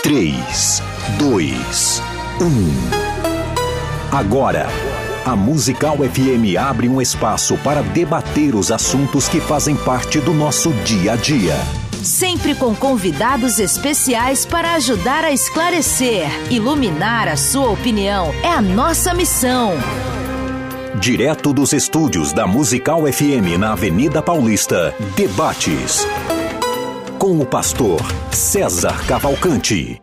3, 2, 1. Agora, a Musical FM abre um espaço para debater os assuntos que fazem parte do nosso dia a dia. Sempre com convidados especiais para ajudar a esclarecer, iluminar a sua opinião. É a nossa missão. Direto dos estúdios da Musical FM na Avenida Paulista, debates com o pastor César Cavalcante.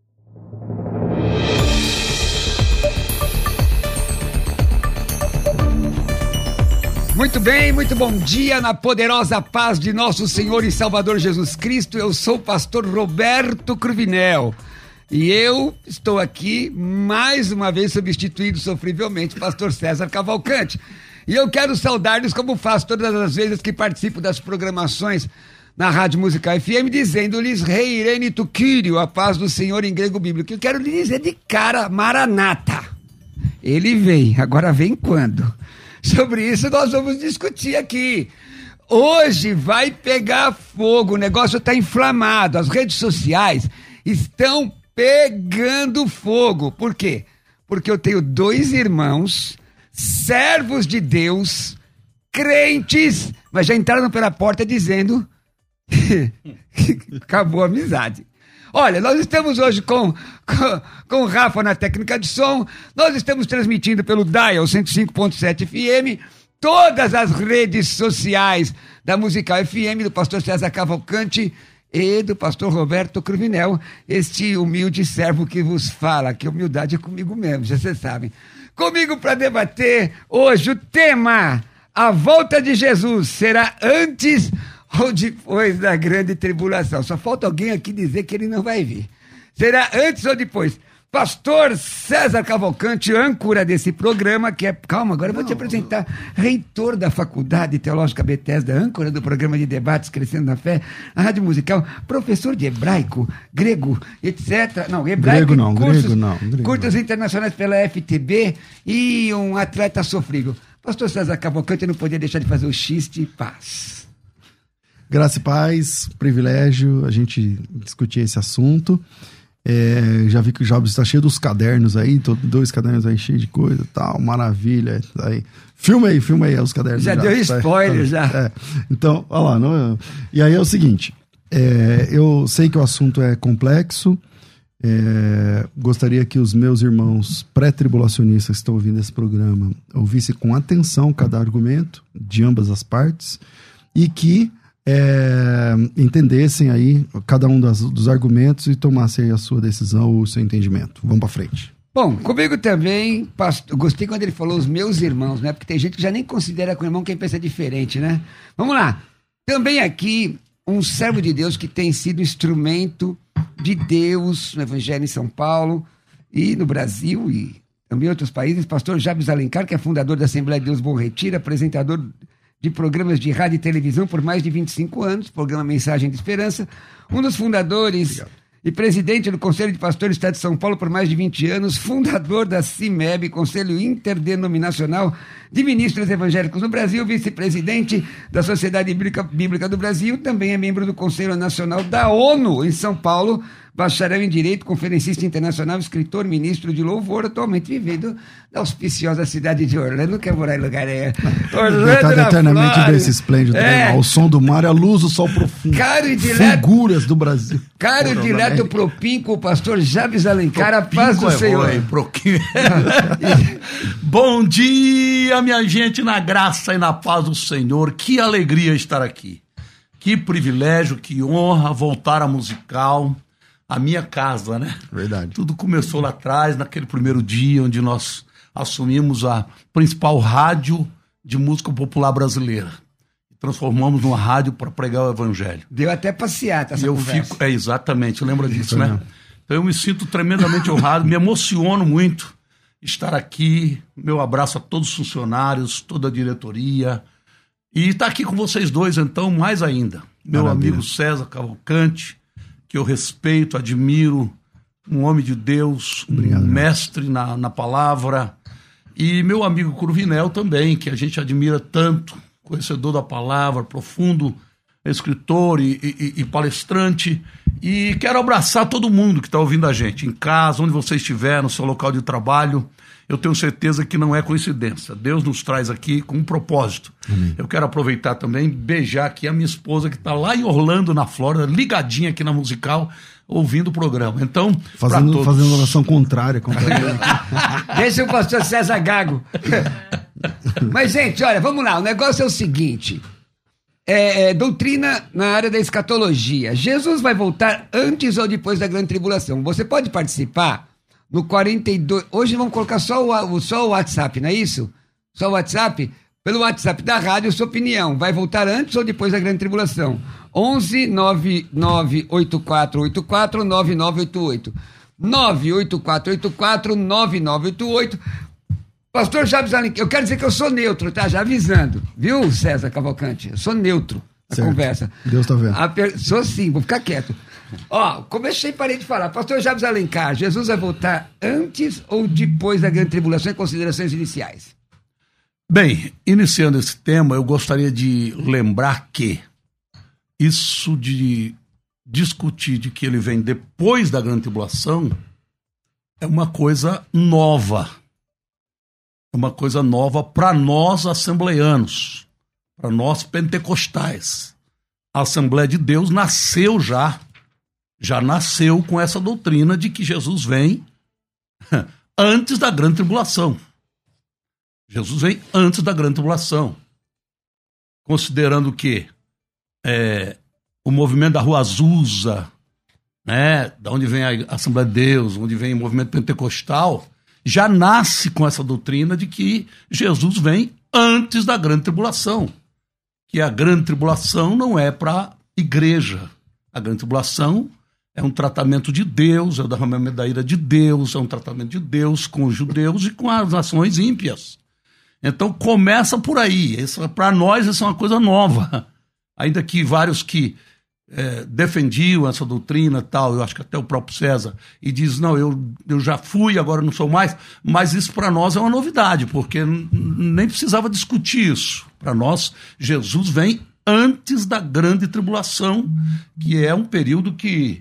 Muito bem, muito bom dia na poderosa paz de nosso Senhor e Salvador Jesus Cristo. Eu sou o pastor Roberto Cruvinel e eu estou aqui mais uma vez substituído sofrivelmente pastor César Cavalcante. E eu quero saudar-lhes como faço todas as vezes que participo das programações na Rádio Musical FM, dizendo-lhes Rei Irene tu Kyrio, a paz do Senhor em grego bíblico. Eu quero lhe dizer de cara, Maranata. Ele vem, agora vem quando? Sobre isso nós vamos discutir aqui. Hoje vai pegar fogo, o negócio está inflamado, as redes sociais estão pegando fogo. Por quê? Porque eu tenho dois irmãos, servos de Deus, crentes, mas já entraram pela porta dizendo que acabou a amizade. Olha, nós estamos hoje com o Rafa na técnica de som, nós estamos transmitindo pelo Dial 105.7 FM, todas as redes sociais da Musical FM, do pastor César Cavalcante e do pastor Roberto Cruvinel, este humilde servo que vos fala, que humildade é comigo mesmo, já vocês sabem. Comigo para debater hoje o tema, a volta de Jesus será antes ou depois da grande tribulação. Só falta alguém aqui dizer que ele não vai vir. Será antes ou depois? Pastor César Cavalcante, âncora desse programa, que é... Calma, agora eu vou te apresentar. Reitor da Faculdade Teológica Bethesda, âncora do programa de debates Crescendo na Fé, a Rádio Musical, professor de hebraico, grego, etc. Não, hebraico grego não, cursos, grego não. Cursos internacionais pela FTB e um atleta sofrível. Pastor César Cavalcante não podia deixar de fazer o xiste e paz. Graça e paz, privilégio a gente discutir esse assunto. Já vi que o Jobs está cheio dos cadernos aí, 2 cadernos aí cheios de coisa e tal, maravilha. Aí. Filma aí os cadernos. Já deu spoiler, já. Então, olha lá. E aí é o seguinte, eu sei que o assunto é complexo, gostaria que os meus irmãos pré-tribulacionistas que estão ouvindo esse programa ouvissem com atenção cada argumento de ambas as partes e que entendessem aí cada um dos argumentos e tomassem aí a sua decisão ou o seu entendimento. Vamos para frente. Bom, comigo também, pastor, gostei quando ele falou os meus irmãos, né? Porque tem gente que já nem considera com irmão quem pensa diferente, né? Vamos lá. Também aqui, um servo de Deus que tem sido instrumento de Deus no Evangelho em São Paulo e no Brasil e também em outros países, pastor Jabes Alencar, que é fundador da Assembleia de Deus Bom Retiro, apresentador de programas de rádio e televisão por mais de 25 anos, programa Mensagem de Esperança, um dos fundadores e presidente do Conselho de Pastores do Estado de São Paulo por mais de 20 anos, fundador da CIMEB, Conselho Interdenominacional de Ministros Evangélicos no Brasil, vice-presidente da Sociedade Bíblica do Brasil, também é membro do Conselho Nacional da ONU em São Paulo, bacharel em Direito, conferencista internacional, escritor, ministro de louvor, atualmente vivendo na auspiciosa cidade de Orlando, que é morar em lugar Orlando, eternamente desse esplêndido, ao som do mar, a luz do sol profundo, figuras do Brasil. Caro e dileto Propinco, o pastor Jabes Alencar, a paz do Senhor. Bom dia, minha gente, na graça e na paz do Senhor. Que alegria estar aqui. Que privilégio, que honra voltar à Musical, a minha casa, né? Verdade. Tudo começou lá atrás, naquele primeiro dia, onde nós assumimos a principal rádio de música popular brasileira. Transformamos numa rádio para pregar o Evangelho. Deu até passeata essa conversa. Exatamente, lembra disso, né? Então eu me sinto tremendamente honrado, me emociono muito estar aqui. Meu abraço a todos os funcionários, toda a diretoria. E estar aqui com vocês dois, então, mais ainda. Meu amigo César Cavalcante, que eu respeito, admiro, um homem de Deus, um mestre na palavra. E meu amigo Cruvinel também, que a gente admira tanto, conhecedor da palavra, profundo escritor e palestrante, e quero abraçar todo mundo que está ouvindo a gente, em casa, onde você estiver, no seu local de trabalho. Eu tenho certeza que não é coincidência. Deus nos traz aqui com um propósito. Eu quero aproveitar também e beijar aqui a minha esposa, que está lá em Orlando, na Flórida, ligadinha aqui na Musical, ouvindo o programa. Então, fazendo oração contrária. Deixa o pastor César Gago. Mas, gente, olha, vamos lá. O negócio é o seguinte. Doutrina na área da escatologia. Jesus vai voltar antes ou depois da grande tribulação. Você pode participar no 42... Hoje vamos colocar só o WhatsApp, não é isso? Só o WhatsApp? Pelo WhatsApp da rádio, sua opinião. Vai voltar antes ou depois da grande tribulação? 11 98484 9988. 98484 9988. Pastor Jabes Alencar, eu quero dizer que eu sou neutro, tá? Já avisando. Viu, César Cavalcante? Eu sou neutro na conversa. Deus tá vendo. Sou sim, vou ficar quieto. Comecei e parei de falar. Pastor Jabes Alencar, Jesus vai voltar antes ou depois da grande tribulação, em considerações iniciais? Bem, iniciando esse tema, eu gostaria de lembrar que isso de discutir de que ele vem depois da grande tribulação é uma coisa nova. É uma coisa nova para nós assembleianos, para nós pentecostais. A Assembleia de Deus nasceu já nasceu com essa doutrina de que Jesus vem antes da grande tribulação. Jesus vem antes da grande tribulação. Considerando que o movimento da Rua Azusa, né, da onde vem a Assembleia de Deus, onde vem o movimento pentecostal, já nasce com essa doutrina de que Jesus vem antes da grande tribulação. Que a grande tribulação não é para a igreja. A grande tribulação é um tratamento de Deus, é o derramamento da ira de Deus, é um tratamento de Deus com os judeus e com as nações ímpias. Então começa por aí. Para nós isso é uma coisa nova. Ainda que vários que defendiam essa doutrina tal, eu acho que até o próprio César, e diz, não, eu já fui, agora não sou mais, mas isso para nós é uma novidade, porque nem precisava discutir isso. Para nós, Jesus vem antes da grande tribulação, que é um período que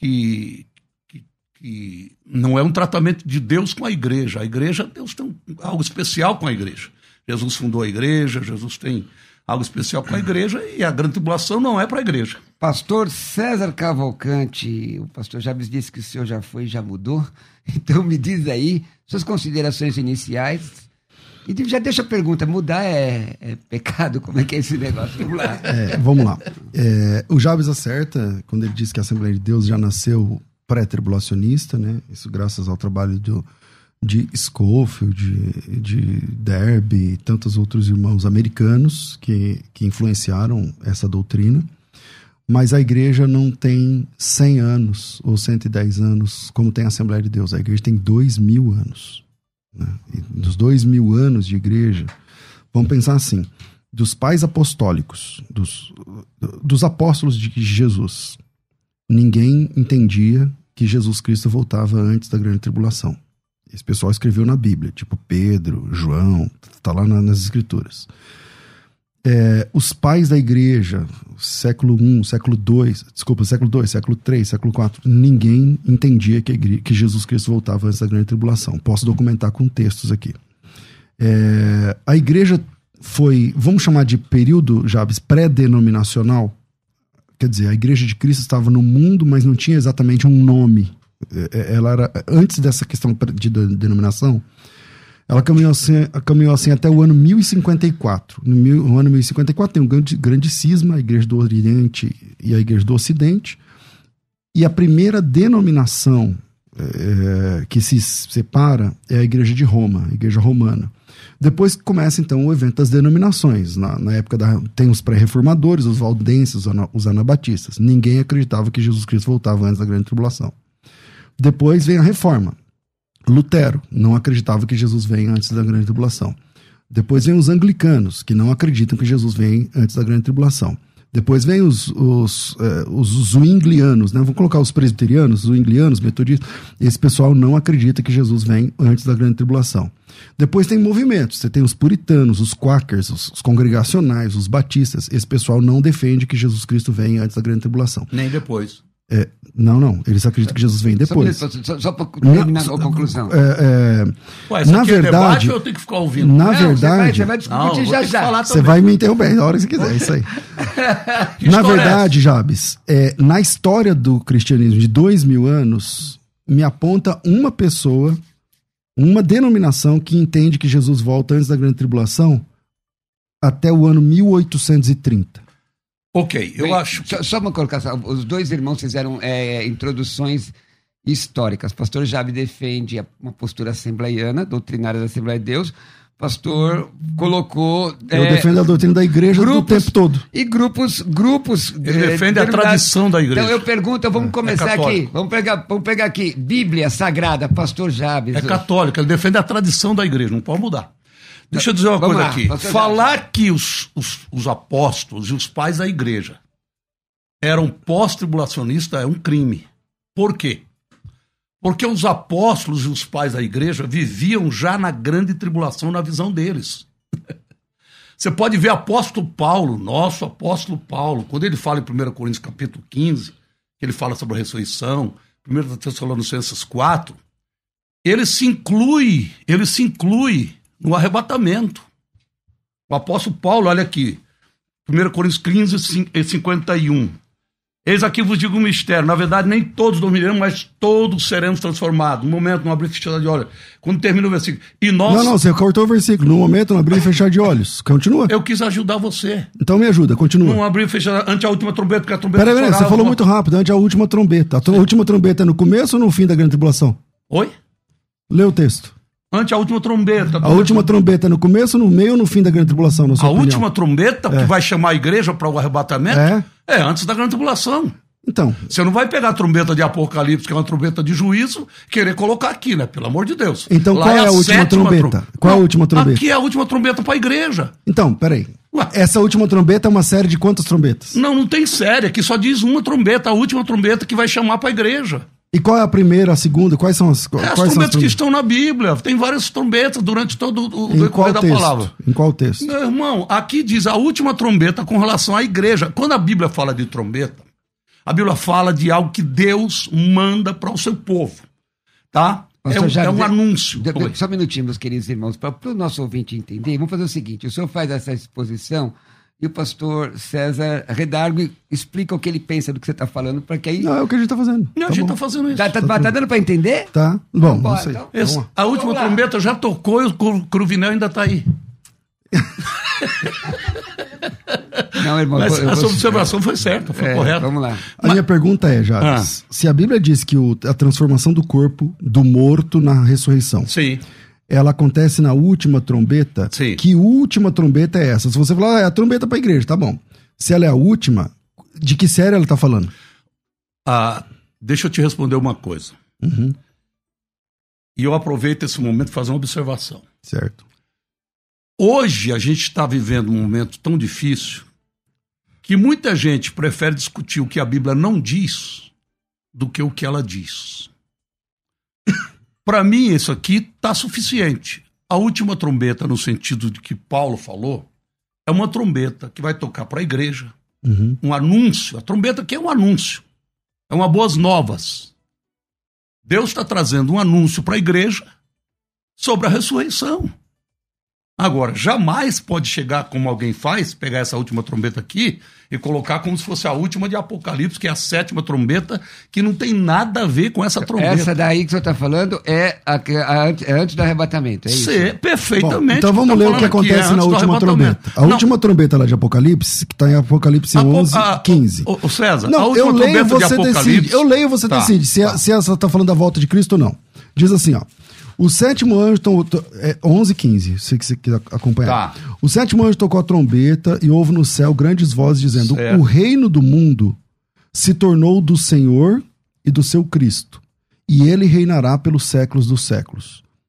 não é um tratamento de Deus com a igreja. A igreja, Deus tem algo especial com a igreja. Jesus fundou a igreja, Jesus tem algo especial com a igreja, e a grande tribulação não é para a igreja. Pastor César Cavalcante, o pastor Jabes disse que o senhor já foi e já mudou, então me diz aí suas considerações iniciais, e já deixa a pergunta, mudar é pecado? Como é que é esse negócio? Vamos lá. Vamos lá. O Jabes acerta quando ele diz que a Assembleia de Deus já nasceu pré-tribulacionista, né? Isso graças ao trabalho de Scofield, de Derby e tantos outros irmãos americanos que influenciaram essa doutrina. Mas a igreja não tem 100 anos ou 110 anos como tem a Assembleia de Deus. A igreja tem 2000 anos. Né? E nos 2000 anos de igreja, vamos pensar assim, dos pais apostólicos, dos apóstolos de Jesus, ninguém entendia que Jesus Cristo voltava antes da grande tribulação. Esse pessoal escreveu na Bíblia, tipo Pedro, João, está lá nas Escrituras. Os pais da igreja, século I, século II, século III, século IV, ninguém entendia que Jesus Cristo voltava antes da grande tribulação. Posso documentar com textos aqui. A igreja foi, vamos chamar de período, Jabes, pré-denominacional. Quer dizer, a igreja de Cristo estava no mundo, mas não tinha exatamente um nome. Ela era, antes dessa questão de denominação, ela caminhou assim até o ano 1054. No ano 1054 tem um grande cisma, a Igreja do Oriente e a Igreja do Ocidente. E a primeira denominação que se separa é a Igreja de Roma, a Igreja Romana. Depois começa então o evento das denominações. Na época tem os pré-reformadores, os valdenses, os anabatistas. Ninguém acreditava que Jesus Cristo voltava antes da grande tribulação. Depois vem a reforma. Lutero não acreditava que Jesus vem antes da grande tribulação. Depois vem os anglicanos, que não acreditam que Jesus vem antes da grande tribulação. Depois vem os zwinglianos, né? Vamos colocar os presbiterianos, zwinglianos, metodistas. Esse pessoal não acredita que Jesus vem antes da grande tribulação. Depois tem movimentos. Você tem os puritanos, os quakers, os congregacionais, os batistas. Esse pessoal não defende que Jesus Cristo vem antes da grande tribulação. Nem depois. Não. Eles acreditam que Jesus vem depois. Só para terminar a conclusão. Ué, na verdade, eu tenho que ficar ouvindo. Na verdade, você vai discutir já. Você vai me interromper na hora que você quiser, isso aí. Na verdade, Jabes, na história do cristianismo de 2000 anos, me aponta uma pessoa, uma denominação que entende que Jesus volta antes da grande tribulação até o ano 1830. Ok, eu acho. Só uma colocação. Os dois irmãos fizeram introduções históricas. Pastor Jabe defende uma postura assembleiana, doutrinária da Assembleia de Deus. Pastor colocou... Eu defendo a doutrina da igreja do tempo todo. E grupos... Ele defende a tradição da igreja. Então eu pergunto, vamos começar aqui. Vamos pegar aqui. Bíblia Sagrada, Pastor Jabe. É católico, ele defende a tradição da igreja, não pode mudar. Deixa eu dizer uma coisa aqui. Falar que os apóstolos e os pais da igreja eram pós-tribulacionistas é um crime. Por quê? Porque os apóstolos e os pais da igreja viviam já na grande tribulação na visão deles. Você pode ver apóstolo Paulo, nosso apóstolo Paulo, quando ele fala em 1 Coríntios capítulo 15, que ele fala sobre a ressurreição, 1 Tessalonicenses 4, ele se inclui no arrebatamento. O apóstolo Paulo, olha aqui, 1 Coríntios 15, 51. Eis aqui vos digo um mistério. Na verdade, nem todos dormiremos, mas todos seremos transformados. No momento, não abrir e fechar de olhos. Quando termina o versículo. E nós... Não, você cortou o versículo. No momento, não abrir e fechar de olhos. Continua. Eu quis ajudar você. Então me ajuda, continua. Não abrir e fechar ante a última trombeta, porque a trombeta... Peraí, você falou muito rápido, ante a última trombeta. A última trombeta é no começo ou no fim da grande tribulação? Oi? Lê o texto. Ante a última trombeta. A última trombeta é no começo, no meio ou no fim da grande tribulação, na sua opinião? Última trombeta, que vai chamar a igreja para o arrebatamento, é antes da grande tribulação. Então. Você não vai pegar a trombeta de Apocalipse, que é uma trombeta de juízo, querer colocar aqui, né? Pelo amor de Deus. Então lá qual é a última trombeta? Qual é a última trombeta? Aqui é a última trombeta para a igreja. Então, peraí. Essa última trombeta é uma série de quantas trombetas? Não tem série. Aqui só diz uma trombeta, a última trombeta que vai chamar para a igreja. E qual é a primeira, a segunda? Quais são as trombetas que estão na Bíblia. Tem várias trombetas durante todo o decorrer da palavra. Em qual texto? Meu irmão, aqui diz a última trombeta com relação à igreja. Quando a Bíblia fala de trombeta, a Bíblia fala de algo que Deus manda para o seu povo. Tá? É um anúncio. Só um minutinho, meus queridos irmãos. Para o nosso ouvinte entender, vamos fazer o seguinte. O senhor faz essa exposição... E o pastor César Redargo explica o que ele pensa do que você está falando, para que aí... Não, é o que a gente está fazendo. A gente está fazendo isso. Tá dando para entender? Tá. Bom, não sei. Então, a última trombeta já tocou e o Cruvinel ainda está aí. Não, irmão. Mas a sua observação foi certa, foi correta. Vamos lá. A minha pergunta é, Jacques, se a Bíblia diz que a transformação do corpo do morto na ressurreição... Sim. Ela acontece na última trombeta. Sim. Que última trombeta é essa? Se você falar, é a trombeta para a igreja, tá bom. Se ela é a última, de que série ela está falando? Deixa eu te responder uma coisa. Uhum. E eu aproveito esse momento para fazer uma observação. Certo. Hoje a gente está vivendo um momento tão difícil que muita gente prefere discutir o que a Bíblia não diz do que o que ela diz. Para mim, isso aqui está suficiente. A última trombeta, no sentido de que Paulo falou, é uma trombeta que vai tocar para a igreja. Uhum. Um anúncio. A trombeta aqui é um anúncio. É uma boas novas. Deus está trazendo um anúncio para a igreja sobre a ressurreição. Agora, jamais pode chegar, como alguém faz, pegar essa última trombeta aqui e colocar como se fosse a última de Apocalipse, que é a sétima trombeta, que não tem nada a ver com essa trombeta. Essa daí que o senhor está falando é antes do arrebatamento, é isso? Perfeitamente. Bom, então vamos ler o que acontece na última trombeta. A última trombeta lá de Apocalipse, que está em Apocalipse 11, 15. Ô César, não, a última trombeta de Apocalipse... Eu leio, você decide se essa está falando da volta de Cristo ou não. Diz assim, ó. O sétimo anjo, 11 e 15, se você quiser acompanhar. Tá. O sétimo anjo tocou a trombeta e houve no céu grandes vozes dizendo: certo. O reino do mundo se tornou do Senhor e do seu Cristo, e ele reinará pelos séculos dos séculos.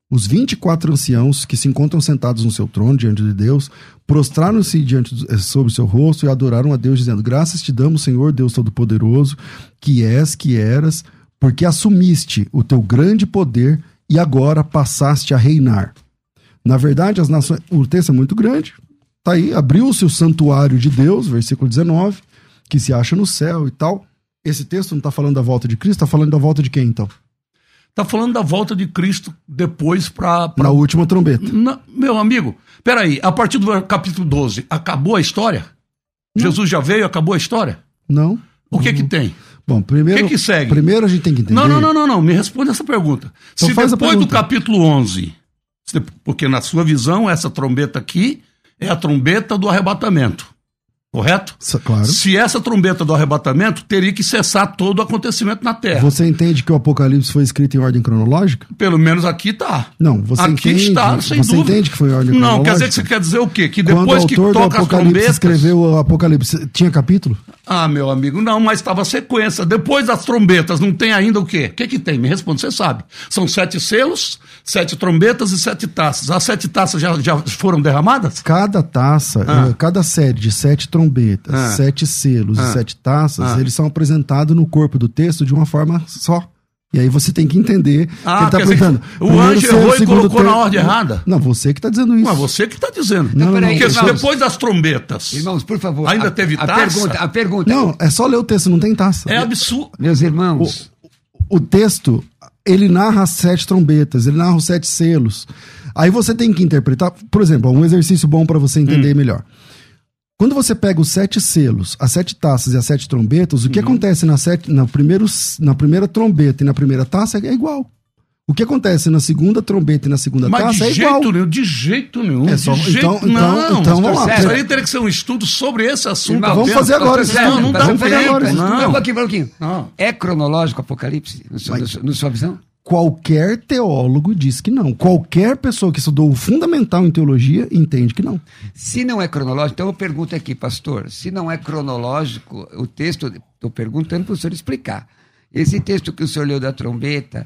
Os 24 anciãos que se encontram sentados no seu trono diante de Deus, prostraram-se sobre o seu rosto e adoraram a Deus, dizendo: graças te damos, Senhor Deus Todo-Poderoso, que és, que eras, porque assumiste o teu grande poder e agora passaste a reinar. Na verdade, as nações... O texto é muito grande. Tá aí, abriu-se o santuário de Deus, versículo 19, que se acha no céu e tal. Esse texto não está falando da volta de Cristo, está falando da volta de quem, então? Está falando da volta de Cristo depois para... Na última trombeta. Meu amigo, peraí, a partir do capítulo 12, acabou a história? Não. Jesus já veio, acabou a história? Não. O que que tem? Bom, primeiro... O que segue? Primeiro a gente tem que entender... Não, me responde essa pergunta. Então se depois do capítulo 11, porque na sua visão, essa trombeta aqui é a trombeta do arrebatamento. Correto? Claro. Se essa trombeta do arrebatamento, teria que cessar todo o acontecimento na Terra. Você entende que o Apocalipse foi escrito em ordem cronológica? Pelo menos aqui tá. Não, você aqui entende, está, sem você dúvida. Entende que foi em ordem cronológica? Não, quer dizer que você quer dizer o quê? Que depois que toca as trombetas... escreveu o Apocalipse, tinha capítulo? Ah, meu amigo, não, mas estava sequência. Depois das trombetas, não tem ainda o quê? O que tem? Me responde, você sabe. São 7 selos, 7 trombetas e 7 taças. As 7 taças já foram derramadas? Cada taça, cada série de 7 trombetas, 7 selos e 7 taças, eles são apresentados no corpo do texto de uma forma só. E aí você tem que entender que ele está apresentando. O anjo errou e colocou na ordem errada? Não, você que está dizendo isso. Mas você que está dizendo. Não, porque irmãos, depois das trombetas... Irmãos, por favor. Ainda teve taça? A pergunta... Não, é só ler o texto, não tem taça. É absurdo. Meus irmãos... O texto, ele narra as 7 trombetas, ele narra os 7 selos. Aí você tem que interpretar... Por exemplo, um exercício bom para você entender melhor. Quando você pega os 7 selos, as 7 taças e as 7 trombetas, o que acontece na primeira trombeta e na primeira taça é igual. O que acontece na segunda trombeta e na segunda taça é igual. De jeito nenhum. Então vamos lá. Isso aí teria que ser um estudo sobre esse assunto. Irmão, vamos fazer agora. Não dá tempo. Não. Um pouquinho. É cronológico o Apocalipse, na sua visão? Qualquer teólogo diz que não. Qualquer pessoa que estudou o fundamental em teologia entende que não. Se não é cronológico, então eu pergunto aqui, pastor, se não é cronológico, o texto, estou perguntando para o senhor explicar. Esse texto que o senhor leu da trombeta,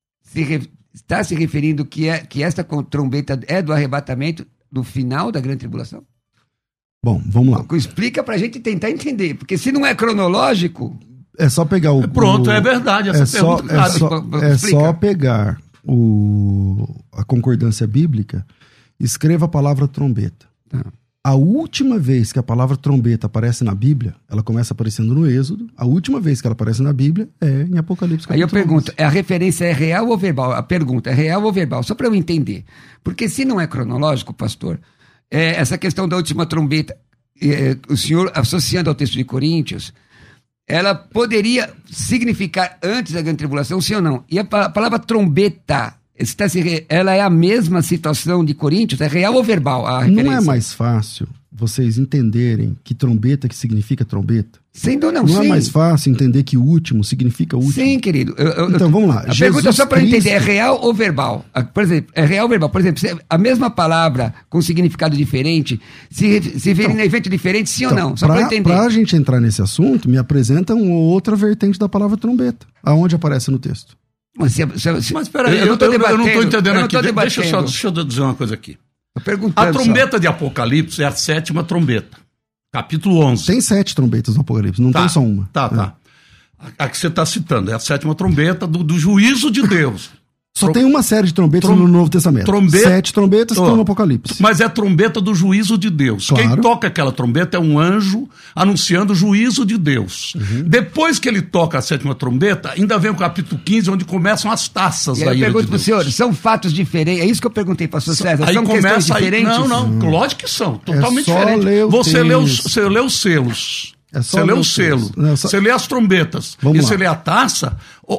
está se referindo que esta trombeta é do arrebatamento do final da grande tribulação? Bom, vamos lá. Explica para a gente tentar entender, porque se não é cronológico... É só pegar o... Pronto, é verdade essa pergunta. É só pegar a concordância bíblica, escreva a palavra trombeta. A última vez que a palavra trombeta aparece na Bíblia, ela começa aparecendo no Êxodo, a última vez que ela aparece na Bíblia é em Apocalipse. Aí eu pergunto, a referência é real ou verbal? A pergunta é real ou verbal? Só para eu entender. Porque se não é cronológico, pastor, essa questão da última trombeta, o senhor associando ao texto de Coríntios... ela poderia significar antes da grande tribulação, sim ou não? E a palavra trombeta, ela é a mesma situação de Coríntios? É real ou verbal a referência? Não é mais fácil vocês entenderem que trombeta que significa trombeta? Não é mais fácil entender que último significa último? Sim, querido. Então vamos lá. A pergunta é só para entender, é real ou verbal? Por exemplo, é real ou verbal? Por exemplo, a mesma palavra com significado diferente, se referir em evento diferente, sim ou não? Só para entender. Para a gente entrar nesse assunto, me apresenta uma outra vertente da palavra trombeta. Aonde aparece no texto? Mas peraí, eu não estou entendendo aqui. Deixa eu dizer uma coisa aqui. A trombeta de Apocalipse é a 7ª trombeta. Capítulo 11. Tem 7 trombetas no Apocalipse, não tem só uma. Tá. A que você está citando é a 7ª trombeta do juízo de Deus. Só tem uma série de trombetas no Novo Testamento. 7 trombetas estão no Apocalipse. Mas é a trombeta do juízo de Deus. Claro. Quem toca aquela trombeta é um anjo anunciando o juízo de Deus. Depois que ele toca a 7ª trombeta, ainda vem o capítulo 15, onde começam as taças da ira de Deus. Eu pergunto para o senhor, são fatos diferentes? É isso que eu perguntei, pastor César. Aí são questões diferentes? Não, lógico que são. Totalmente diferentes. Você lê os selos. Você lê o selo, você lê as trombetas e você lê a taça,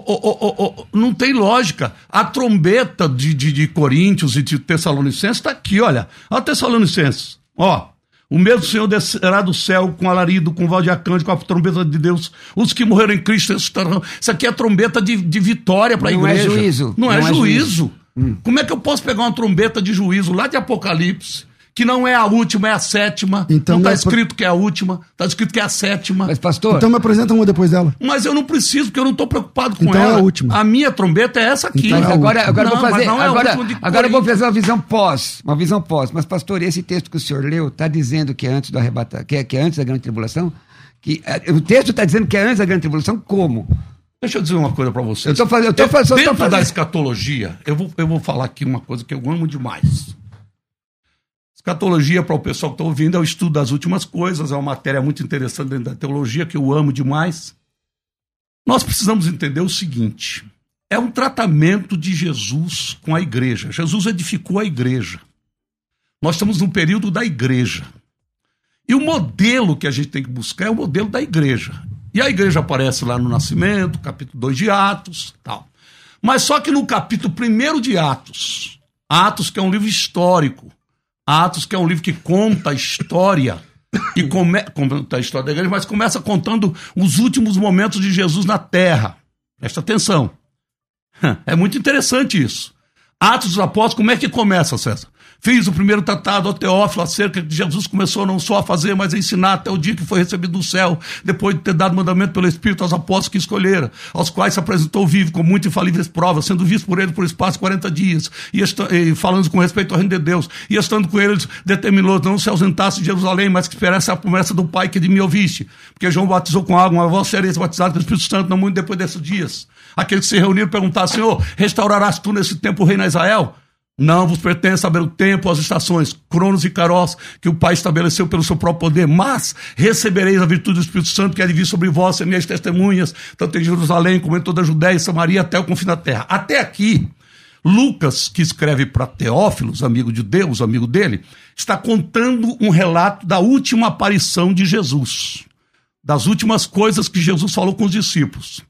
não tem lógica. A trombeta de Coríntios e de Tessalonicenses está aqui, olha. Olha Tessalonicenses, o mesmo Senhor descerá do céu com alarido, com voz de arcanjo, com a trombeta de Deus. Os que morreram em Cristo ressuscitarão. Isso aqui é trombeta de vitória para a igreja. Não é juízo. Não é juízo. Como é que eu posso pegar uma trombeta de juízo lá de Apocalipse, que não é a última, é a sétima. Então, não está escrito que é a última, está escrito que é a sétima. Mas, pastor... Então me apresenta uma depois dela. Mas eu não preciso, porque eu não estou preocupado com então ela. É a última. A minha trombeta é essa aqui. Então Mas agora eu vou fazer... Agora eu vou fazer uma visão pós. Mas, pastor, esse texto que o senhor leu está dizendo que é antes do arrebatamento, que é antes da grande tribulação? O texto está dizendo que é antes da grande tribulação, como? Deixa eu dizer uma coisa para vocês. Dentro da escatologia, eu vou falar aqui uma coisa que eu amo demais. Escatologia, para o pessoal que está ouvindo, é o estudo das últimas coisas, é uma matéria muito interessante dentro da teologia, que eu amo demais. Nós precisamos entender o seguinte: é um tratamento de Jesus com a igreja. Jesus edificou a igreja. Nós estamos no período da igreja. E o modelo que a gente tem que buscar é o modelo da igreja. E a igreja aparece lá no Nascimento, capítulo 2 de Atos, tal. Mas só que no capítulo 1 de Atos, Atos que é um livro histórico, Atos que é um livro que conta a história, e conta a história da igreja, mas começa contando os últimos momentos de Jesus na terra. Presta atenção. É muito interessante isso. Atos dos Apóstolos, como é que começa, César? Fiz o primeiro tratado ao Teófilo acerca de Jesus, começou não só a fazer, mas a ensinar até o dia que foi recebido do céu, depois de ter dado mandamento pelo Espírito aos apóstolos que escolheram, aos quais se apresentou vivo com muitas infalíveis provas, sendo visto por ele por espaço de 40 dias, e falando com respeito ao reino de Deus, e estando com eles, determinou não se ausentasse de Jerusalém, mas que esperasse a promessa do Pai que de mim ouviste, porque João batizou com água, mas vós sereis batizados com o Espírito Santo, não muito depois desses dias. Aqueles que se reuniram perguntaram: Senhor, restaurarás tu nesse tempo o reino a Israel? Não vos pertence saber o tempo, as estações, Cronos e Kairos, que o Pai estabeleceu pelo seu próprio poder, mas recebereis a virtude do Espírito Santo, que há de vir sobre vós, ser minhas testemunhas, tanto em Jerusalém como em toda a Judéia e Samaria, até o confim da terra. Até aqui, Lucas, que escreve para Teófilos, amigo de Deus, amigo dele, está contando um relato da última aparição de Jesus, das últimas coisas que Jesus falou com os discípulos.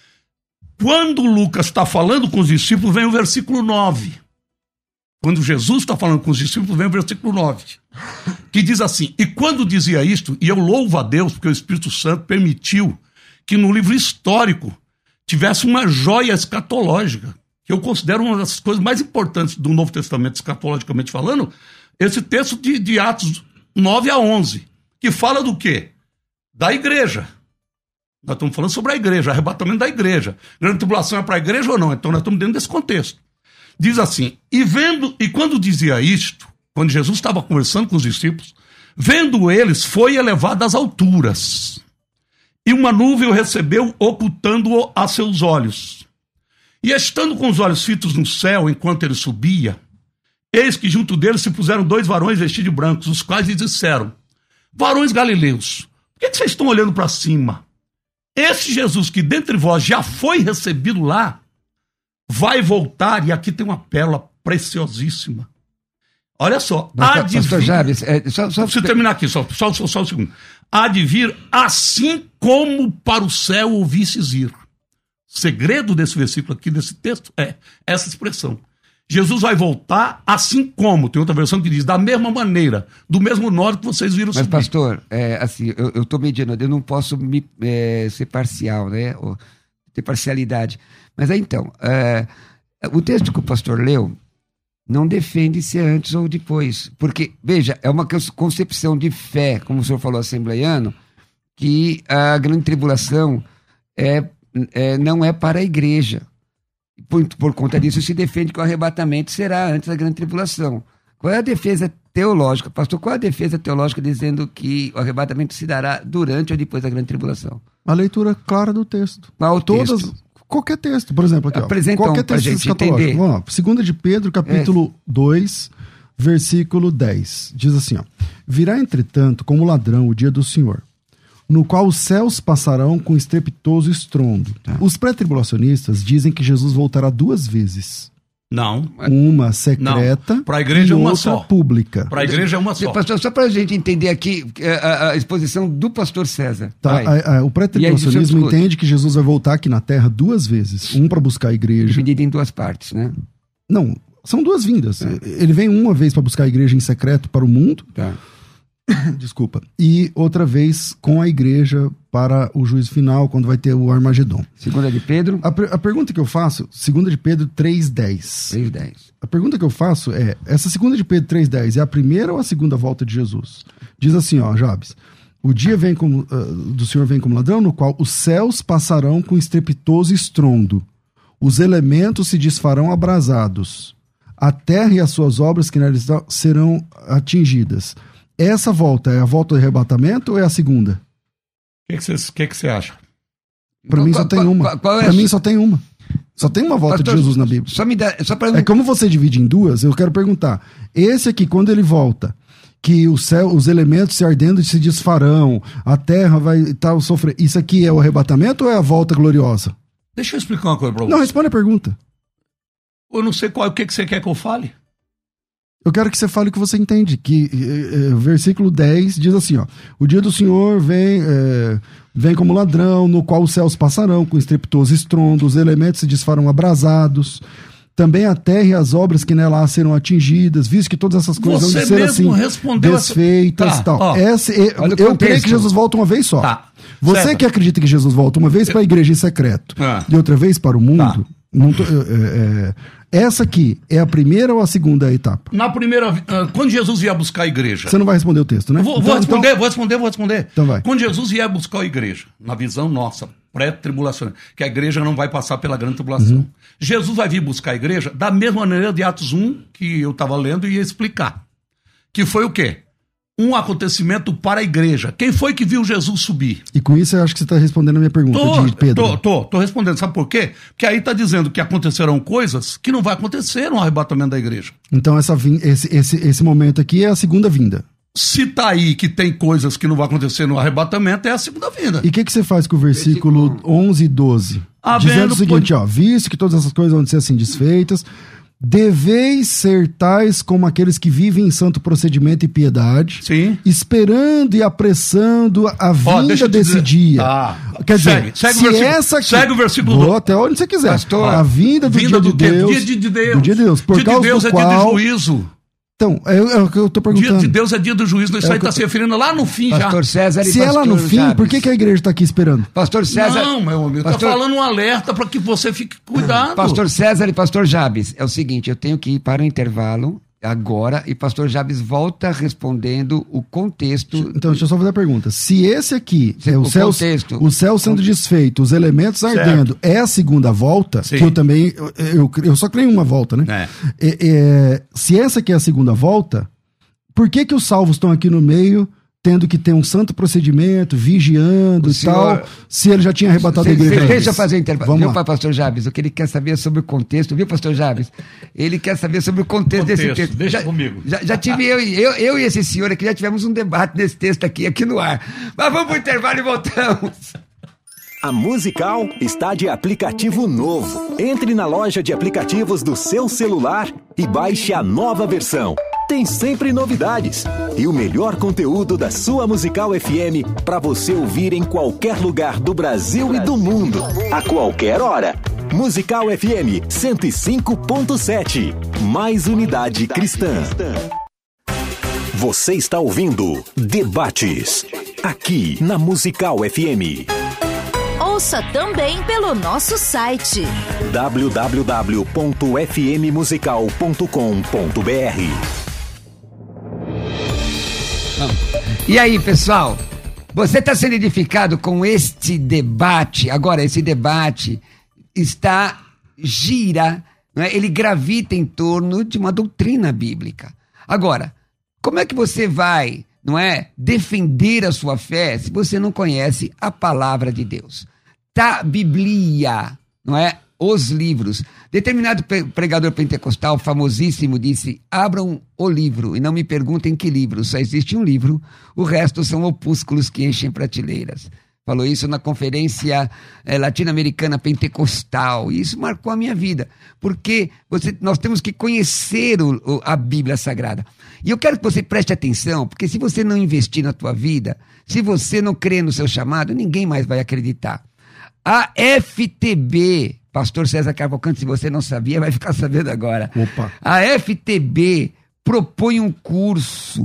Quando Lucas está falando com os discípulos, vem o versículo 9. Quando Jesus está falando com os discípulos, vem o versículo 9, que diz assim: e quando dizia isto, e eu louvo a Deus, porque o Espírito Santo permitiu que no livro histórico tivesse uma joia escatológica, que eu considero uma das coisas mais importantes do Novo Testamento, escatologicamente falando, esse texto de Atos 9 a 11, que fala do quê? Da igreja. Nós estamos falando sobre a igreja, arrebatamento da igreja. Grande tribulação é para a igreja ou não? Então nós estamos dentro desse contexto. Diz assim: e quando dizia isto, quando Jesus estava conversando com os discípulos, vendo eles, foi elevado às alturas, e uma nuvem o recebeu, ocultando-o a seus olhos. E estando com os olhos fitos no céu, enquanto ele subia, eis que junto deles se puseram 2 varões vestidos de brancos, os quais lhe disseram: varões galileus, por que vocês estão olhando para cima? Esse Jesus que dentre vós já foi recebido lá, vai voltar, e aqui tem uma pérola preciosíssima. Olha só, há de vir... Deixa eu terminar aqui, só um segundo. Há de vir assim como para o céu ouvisses ir. O segredo desse versículo aqui, desse texto, é essa expressão. Jesus vai voltar assim como, tem outra versão que diz, da mesma maneira, do mesmo modo que vocês viram subir. Mas, pastor, assim, eu estou mediando, eu não posso ser parcial, né? Ou ter parcialidade. Mas aí, então, o texto que o pastor leu não defende se é antes ou depois. Porque, veja, é uma concepção de fé, como o senhor falou, assembleiano, que a grande tribulação não é para a igreja. Por conta disso, se defende que o arrebatamento será antes da grande tribulação. Qual é a defesa teológica? Pastor, qual é a defesa teológica dizendo que o arrebatamento se dará durante ou depois da grande tribulação? A leitura clara do texto. Qual o texto? Qualquer texto, por exemplo, aqui. Apresenta qualquer texto escatológico. Vamos lá. 2 de Pedro, capítulo 2, versículo 10. Diz assim, ó: virá, entretanto, como ladrão o dia do Senhor, no qual os céus passarão com estrepitoso estrondo. Tá. Os pré-tribulacionistas dizem que Jesus voltará 2 vezes. Não. Uma secreta para a igreja e uma outra só. Pública. Para a igreja é uma só. Pastor, só para a gente entender aqui a exposição do pastor César. Tá, o pré-tribulacionismo entende que Jesus vai voltar aqui na Terra 2 vezes. Um para buscar a igreja. Dividido em 2 partes, né? Não, são 2 vindas. Ele vem uma vez para buscar a igreja em secreto para o mundo. Tá. Desculpa. E outra vez com a igreja para o juízo final, quando vai ter o Armagedon. 2 de Pedro. A pergunta que eu faço, 2 de Pedro 3:10. 3:10. A pergunta que eu faço é, essa 2 de Pedro 3:10 é a primeira ou a segunda volta de Jesus? Diz assim, ó, Jabes, o dia vem como, do Senhor vem como ladrão, no qual os céus passarão com estrepitoso estrondo, os elementos se desfarão abrasados, a terra e as suas obras que nela estão serão atingidas. Essa volta é a volta do arrebatamento ou é a segunda? O que você acha? Para mim só tem uma. Para mim só tem uma. Só tem uma volta de Jesus na Bíblia. É como você divide em duas, eu quero perguntar. Esse aqui, quando ele volta, que o céu, os elementos se ardendo se desfarão, a terra vai sofrer. Isso aqui é o arrebatamento ou é a volta gloriosa? Deixa eu explicar uma coisa para você. Não, responde a pergunta. Eu não sei o que você quer que eu fale. Eu quero que você fale o que você entende, que versículo 10 diz assim, ó, o dia do Senhor vem como ladrão, no qual os céus passarão com estrepitoso estrondo, os elementos se desfarão abrasados, também a terra e as obras que nela há serão atingidas, visto que todas essas coisas vão ser assim, desfeitas e tal. Eu creio que Jesus volta uma vez só. Tá. Você certo. Que acredita que Jesus volta uma vez para a igreja em secreto e outra vez para o mundo... Tá. Essa aqui é a primeira ou a segunda etapa? Na primeira, quando Jesus vier buscar a igreja. Você não vai responder o texto, né? Vou responder. Então vai. Quando Jesus vier buscar a igreja, na visão nossa, pré-tribulação, que a igreja não vai passar pela grande tribulação. Jesus vai vir buscar a igreja da mesma maneira de Atos 1, que eu estava lendo e ia explicar. Que foi o quê? Um acontecimento para a igreja. Quem foi que viu Jesus subir? E com isso eu acho que você está respondendo a minha pergunta de Pedro. Tô respondendo. Sabe por quê? Porque aí está dizendo que acontecerão coisas que não vai acontecer no arrebatamento da igreja. Então esse momento aqui é a segunda vinda. Se tá aí que tem coisas que não vai acontecer no arrebatamento, é a segunda vinda. E o que você faz com o versículo 11 e 12? Dizendo o seguinte, ó, visto que todas essas coisas vão ser assim desfeitas... Deveis ser tais como aqueles que vivem em santo procedimento e piedade, sim, esperando e apressando a vinda desse dia. Quer dizer, segue o versículo. Vou até onde você quiser. Pastor, a vinda do dia de Deus. Dia de Deus. Do dia de Deus. Por causa do qual... dia de juízo. Então, é o que eu tô perguntando. Dia de Deus é dia do juízo. Isso aí está se referindo lá no fim. Pastor já. César e se é lá no fim, Jabes. Por que a igreja está aqui esperando? Pastor César... Não, meu amigo, tá falando um alerta para que você fique cuidado. Pastor César e Pastor Jabes, é o seguinte, eu tenho que ir para o intervalo agora e Pastor Jabes volta respondendo o contexto. Então, deixa eu só fazer a pergunta. Se esse aqui, o céu sendo desfeito, os elementos ardendo, é a segunda volta, sim, que eu também, eu só creio em uma volta, né? Se essa aqui é a segunda volta, por que os salvos estão aqui no meio, tendo que ter um santo procedimento, vigiando e tal, se ele já tinha arrebatado a igreja? Deixa eu fazer o intervalo. Viu, Pastor Jabes? O que ele quer saber sobre o contexto, viu, Pastor Jabes? Ele quer saber sobre o contexto desse texto. Deixa comigo. Já tive eu e esse senhor aqui, já tivemos um debate desse texto aqui no ar. Mas vamos pro intervalo e voltamos. A Musical está de aplicativo novo. Entre na loja de aplicativos do seu celular e baixe a nova versão. Tem sempre novidades e o melhor conteúdo da sua Musical FM para você ouvir em qualquer lugar do Brasil e do mundo, a qualquer hora. Musical FM 105.7, mais unidade cristã. Você está ouvindo Debates, aqui na Musical FM. Ouça também pelo nosso site www.fmmusical.com.br. E aí, pessoal? Você está sendo edificado com este debate? Agora, esse debate gira, não é? Ele gravita em torno de uma doutrina bíblica. Agora, como é que você vai, não é, defender a sua fé se você não conhece a palavra de Deus? Tá, Bíblia, não é? Os livros. Determinado pregador pentecostal famosíssimo disse: abram o livro e não me perguntem que livro, só existe um livro, o resto são opúsculos que enchem prateleiras. Falou isso na conferência latino-americana pentecostal, e isso marcou a minha vida, porque nós temos que conhecer a Bíblia Sagrada. E eu quero que você preste atenção, porque se você não investir na tua vida, se você não crer no seu chamado, ninguém mais vai acreditar. A FTB, Pastor César Cavalcante, se você não sabia, vai ficar sabendo agora. Opa. A FTB propõe um curso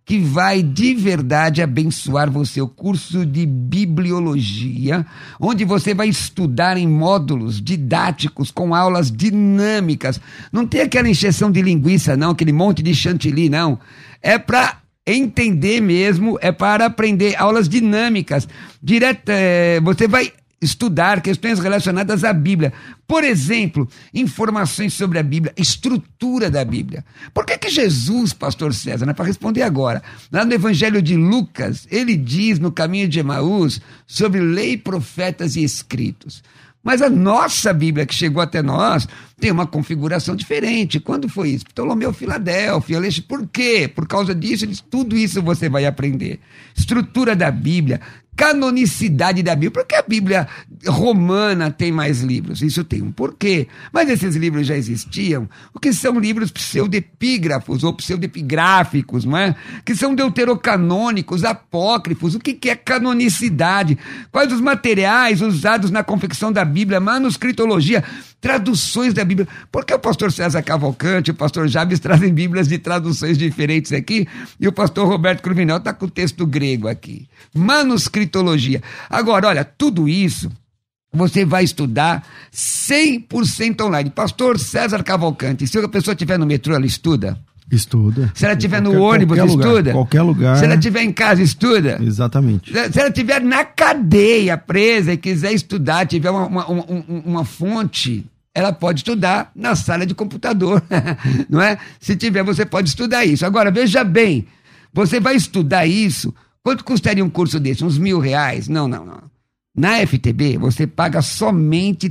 que vai de verdade abençoar você. O curso de bibliologia, onde você vai estudar em módulos didáticos com aulas dinâmicas. Não tem aquela encheção de linguiça, não, aquele monte de chantilly, não. É para entender mesmo, é para aprender aulas dinâmicas. Você vai estudar questões relacionadas à Bíblia. Por exemplo, informações sobre a Bíblia, estrutura da Bíblia. Por que Jesus, pastor César, para responder agora, lá no Evangelho de Lucas, ele diz no caminho de Emaús sobre lei, profetas e escritos. Mas a nossa Bíblia que chegou até nós tem uma configuração diferente. Quando foi isso? Ptolomeu Filadélfia, por quê? Por causa disso, tudo isso você vai aprender. Estrutura da Bíblia, canonicidade da Bíblia. Por que a Bíblia romana tem mais livros? Isso tem um porquê. Mas esses livros já existiam. O que são livros pseudepígrafos ou pseudepigráficos, não é? Que são deuterocanônicos, apócrifos. O que é canonicidade? Quais os materiais usados na confecção da Bíblia? Manuscritologia, traduções da Bíblia. Por que o pastor César Cavalcante e o pastor Jabes trazem Bíblias de traduções diferentes aqui e o pastor Roberto Cruvinel está com o texto grego aqui? Manuscritologia. Agora, olha, tudo isso você vai estudar 100% online. Pastor César Cavalcante, se a pessoa estiver no metrô, ela estuda? Estuda. Se ela estiver no ônibus, estuda? Qualquer lugar. Se ela estiver em casa, estuda? Exatamente. Se ela estiver na cadeia, presa, e quiser estudar, tiver uma fonte, ela pode estudar na sala de computador, não é? Se tiver, você pode estudar isso. Agora, veja bem, você vai estudar isso, quanto custaria um curso desse? Uns R$1.000? Não. Na FTB, você paga somente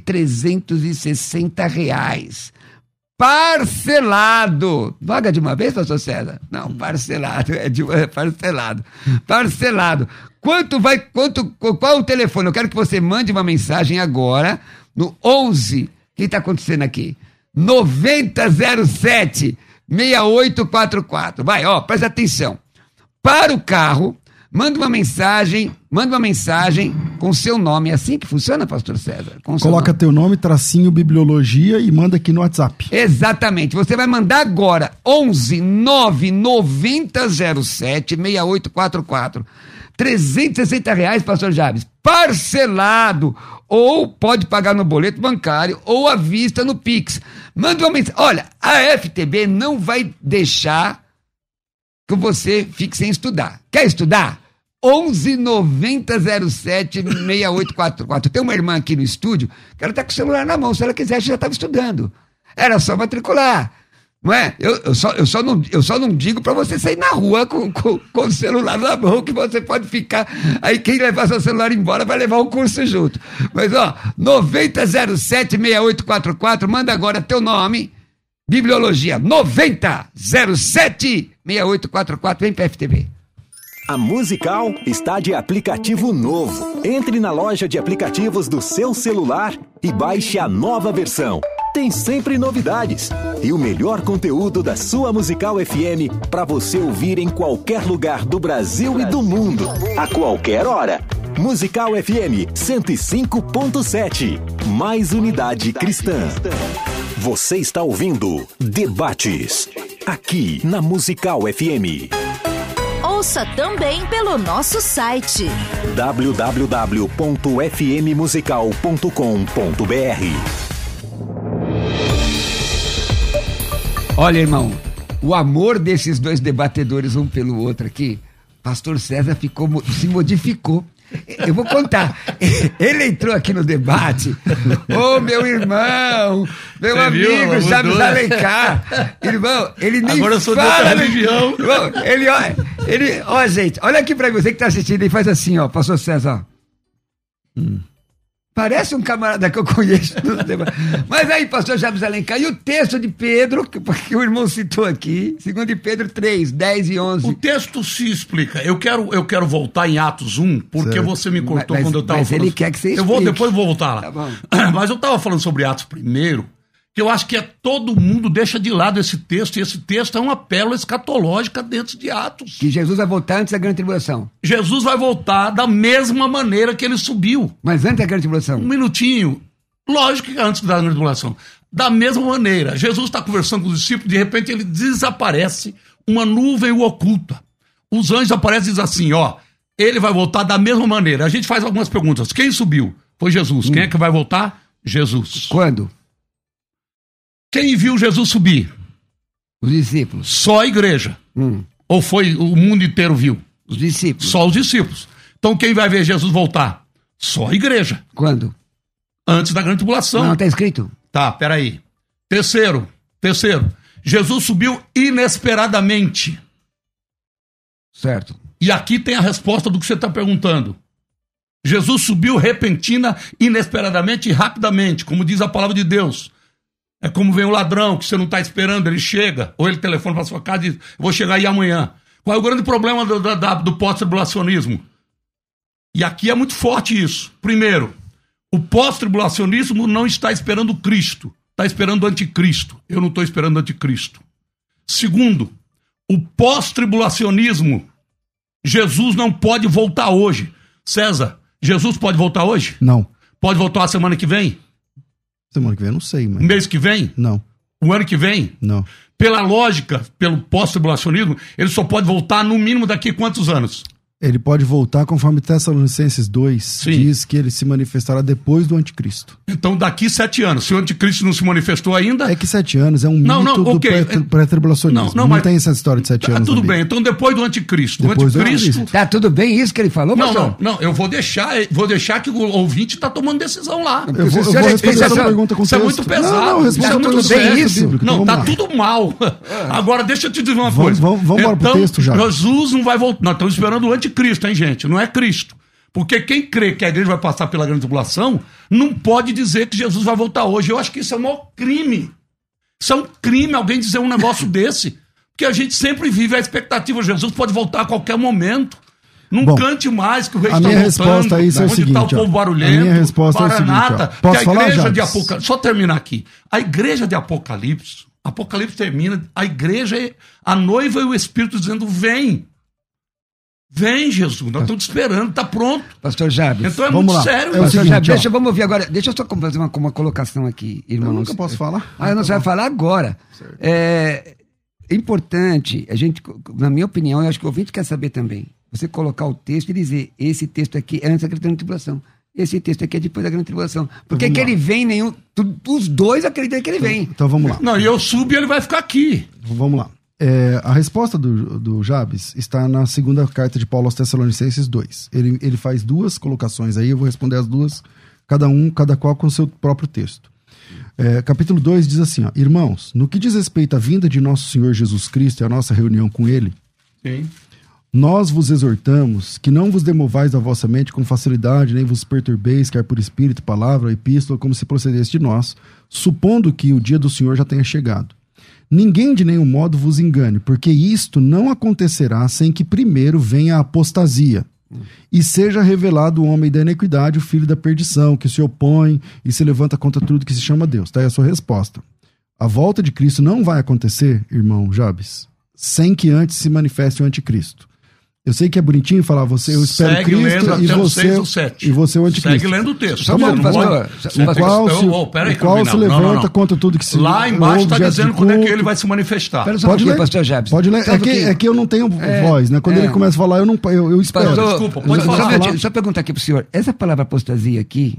R$360. Parcelado. Paga de uma vez, pastor César? Não, parcelado. Parcelado. Qual o telefone? Eu quero que você mande uma mensagem agora no 11. O que está acontecendo aqui? 9007-6844. Vai, presta atenção. Para o carro, manda uma mensagem com seu nome. É assim que funciona, pastor César? Coloca teu nome, tracinho, bibliologia e manda aqui no WhatsApp. Exatamente. Você vai mandar agora 11 9007 6844. R$360, pastor Jabes. Parcelado. Ou pode pagar no boleto bancário ou à vista no Pix. Manda uma mensagem. Olha, a FTB não vai deixar que você fique sem estudar. Quer estudar? 11 9007 6844. Tem uma irmã aqui no estúdio que ela está com o celular na mão. Se ela quisesse, já estava estudando. Era só matricular. Não é? Eu só não digo para você sair na rua com o celular na mão, que você pode ficar. Aí quem levar seu celular embora vai levar o curso junto. Mas 9007 6844, manda agora teu nome. Bibliologia 9007 6844, vem para FTB. A Musical está de aplicativo novo. Entre na loja de aplicativos do seu celular e baixe a nova versão. Tem sempre novidades e o melhor conteúdo da sua Musical FM para você ouvir em qualquer lugar do Brasil e do mundo, a qualquer hora. Musical FM 105.7, mais unidade cristã. Você está ouvindo Debates, aqui na Musical FM. Ouça também pelo nosso site www.fmmusical.com.br. Olha, irmão, o amor desses dois debatedores um pelo outro aqui, pastor César se modificou. Eu vou contar. Ele entrou aqui no debate. Meu irmão, meu amigo, Jabes Alencar. Irmão, ele nem agora eu sou fala. De outra religião. Irmão, gente, olha aqui pra você que tá assistindo e faz assim, pastor César. Parece um camarada que eu conheço. Mas aí, pastor Jabes Alencar, e o texto de Pedro, que o irmão citou aqui, 2 de Pedro 3, 10 e 11. O texto se explica. Eu quero voltar em Atos 1, porque certo. Você me cortou quando eu estava falando. Mas ele quer que você explique. Depois vou voltar lá. Tá bom. Mas eu estava falando sobre Atos primeiro, que eu acho que todo mundo deixa de lado esse texto, e esse texto é uma pérola escatológica dentro de Atos. Que Jesus vai voltar antes da grande tribulação. Jesus vai voltar da mesma maneira que ele subiu. Mas antes da grande tribulação? Um minutinho. Lógico que antes da grande tribulação. Da mesma maneira. Jesus está conversando com os discípulos, de repente ele desaparece, uma nuvem o oculta. os anjos aparecem e dizem assim, ó, ele vai voltar da mesma maneira. A gente faz algumas perguntas. Quem subiu? Foi Jesus. Quem é que vai voltar? Jesus. Quando? Quem viu Jesus subir? Os discípulos. Só a igreja. Ou foi o mundo inteiro viu? Os discípulos. Só os discípulos. Então quem vai ver Jesus voltar? Só a igreja. Quando? Antes da grande tribulação. Não, tá escrito. Tá, peraí. Terceiro. Jesus subiu inesperadamente. Certo. E aqui tem a resposta do que você está perguntando. Jesus subiu repentina, inesperadamente e rapidamente, como diz a palavra de Deus. É como vem o ladrão, que você não está esperando, ele chega, ou ele telefona para sua casa e diz, vou chegar aí amanhã. Qual é o grande problema do pós-tribulacionismo? E aqui é muito forte isso. Primeiro, o pós-tribulacionismo não está esperando Cristo, está esperando o anticristo. Eu não estou esperando o anticristo. Segundo, o pós-tribulacionismo, Jesus não pode voltar hoje. César, Jesus pode voltar hoje? Não. Pode voltar a semana que vem? Semana que vem eu não sei, mas... Mês que vem? Não. O ano que vem? Não. Pela lógica, pelo pós-tribulacionismo, ele só pode voltar no mínimo daqui a quantos anos? Ele pode voltar conforme Tessalonicenses 2 Sim. diz que ele se manifestará depois do anticristo. Então daqui 7 anos. Se o anticristo não se manifestou ainda... É que 7 anos é um mito do pré-tribulacionismo. Não tem essa história de 7 anos. Tudo ali. bem, então depois do anticristo. Depois o anticristo... do Tá tudo bem isso que ele falou, pastor? Não, eu vou deixar que o ouvinte tá tomando decisão lá. Eu vou responder essa pergunta com isso é texto. muito pesado. Não, responda tá tudo texto bem isso? bíblico, Não, então tá vamos lá. tudo mal. Agora, deixa eu te dizer uma coisa. Vamos embora pro texto já. Jesus não vai voltar. Nós estamos esperando o anticristo, hein, gente? Não é Cristo. Porque quem crê que a igreja vai passar pela grande tribulação não pode dizer que Jesus vai voltar hoje. Eu acho que isso é um maior crime. Isso é um crime alguém dizer um negócio desse. Porque a gente sempre vive a expectativa. Jesus pode voltar a qualquer momento. Não cante mais que o rei está voltando. A minha resposta a isso é o seguinte. Onde está o povo barulhento? A minha resposta é o Maranata, seguinte. Posso que a falar, igreja de Jabes? Apocalipse... Só terminar aqui. A igreja de Apocalipse termina, a igreja é a noiva e o Espírito dizendo, vem. Vem, Jesus, nós estamos te esperando, está pronto. Pastor Jabes. Então é Vamos muito lá. sério. É o Pastor seguinte, Jabes, vamos ouvir agora. Deixa eu só fazer uma colocação aqui, irmãos. Eu nunca posso falar. Não, você vai falar agora. É importante, a gente, na minha opinião, eu acho que o ouvinte quer saber também, você colocar o texto e dizer, esse texto aqui é antes da grande tribulação. Esse texto aqui é depois da grande tribulação. Porque que ele vem, os dois acreditam que ele vem. Então vamos lá. Não, e eu subo e ele vai ficar aqui. Vamos lá. A resposta do Jabes está na segunda carta de Paulo aos Tessalonicenses 2. Ele faz duas colocações aí, eu vou responder as duas, cada qual com o seu próprio texto. Capítulo 2 diz assim, ó, irmãos, no que diz respeito à vinda de nosso Senhor Jesus Cristo e à nossa reunião com Ele, Sim. nós vos exortamos que não vos demovais da vossa mente com facilidade, nem vos perturbeis, quer por espírito, palavra ou epístola, como se procedesse de nós, supondo que o dia do Senhor já tenha chegado. Ninguém de nenhum modo vos engane, porque isto não acontecerá sem que primeiro venha a apostasia, e seja revelado o homem da iniquidade, o filho da perdição, que se opõe e se levanta contra tudo que se chama Deus. Tá aí a sua resposta. A volta de Cristo não vai acontecer, irmão Jabes, sem que antes se manifeste o anticristo. Eu sei que é bonitinho falar eu espero Segue Cristo lendo e até o 6 você, ou 7. e você o anticristo. Segue lendo o texto. Só um pouco, pastor. O qual se levanta contra tudo que se... Lá embaixo está dizendo quando é que ele vai se manifestar. Pode ler, pastor Jabes. Pode ler. É que eu não tenho voz, né? Quando ele começa a falar, eu espero. Pastor, desculpa, pode falar. Só perguntar aqui pro senhor. Essa palavra apostasia aqui,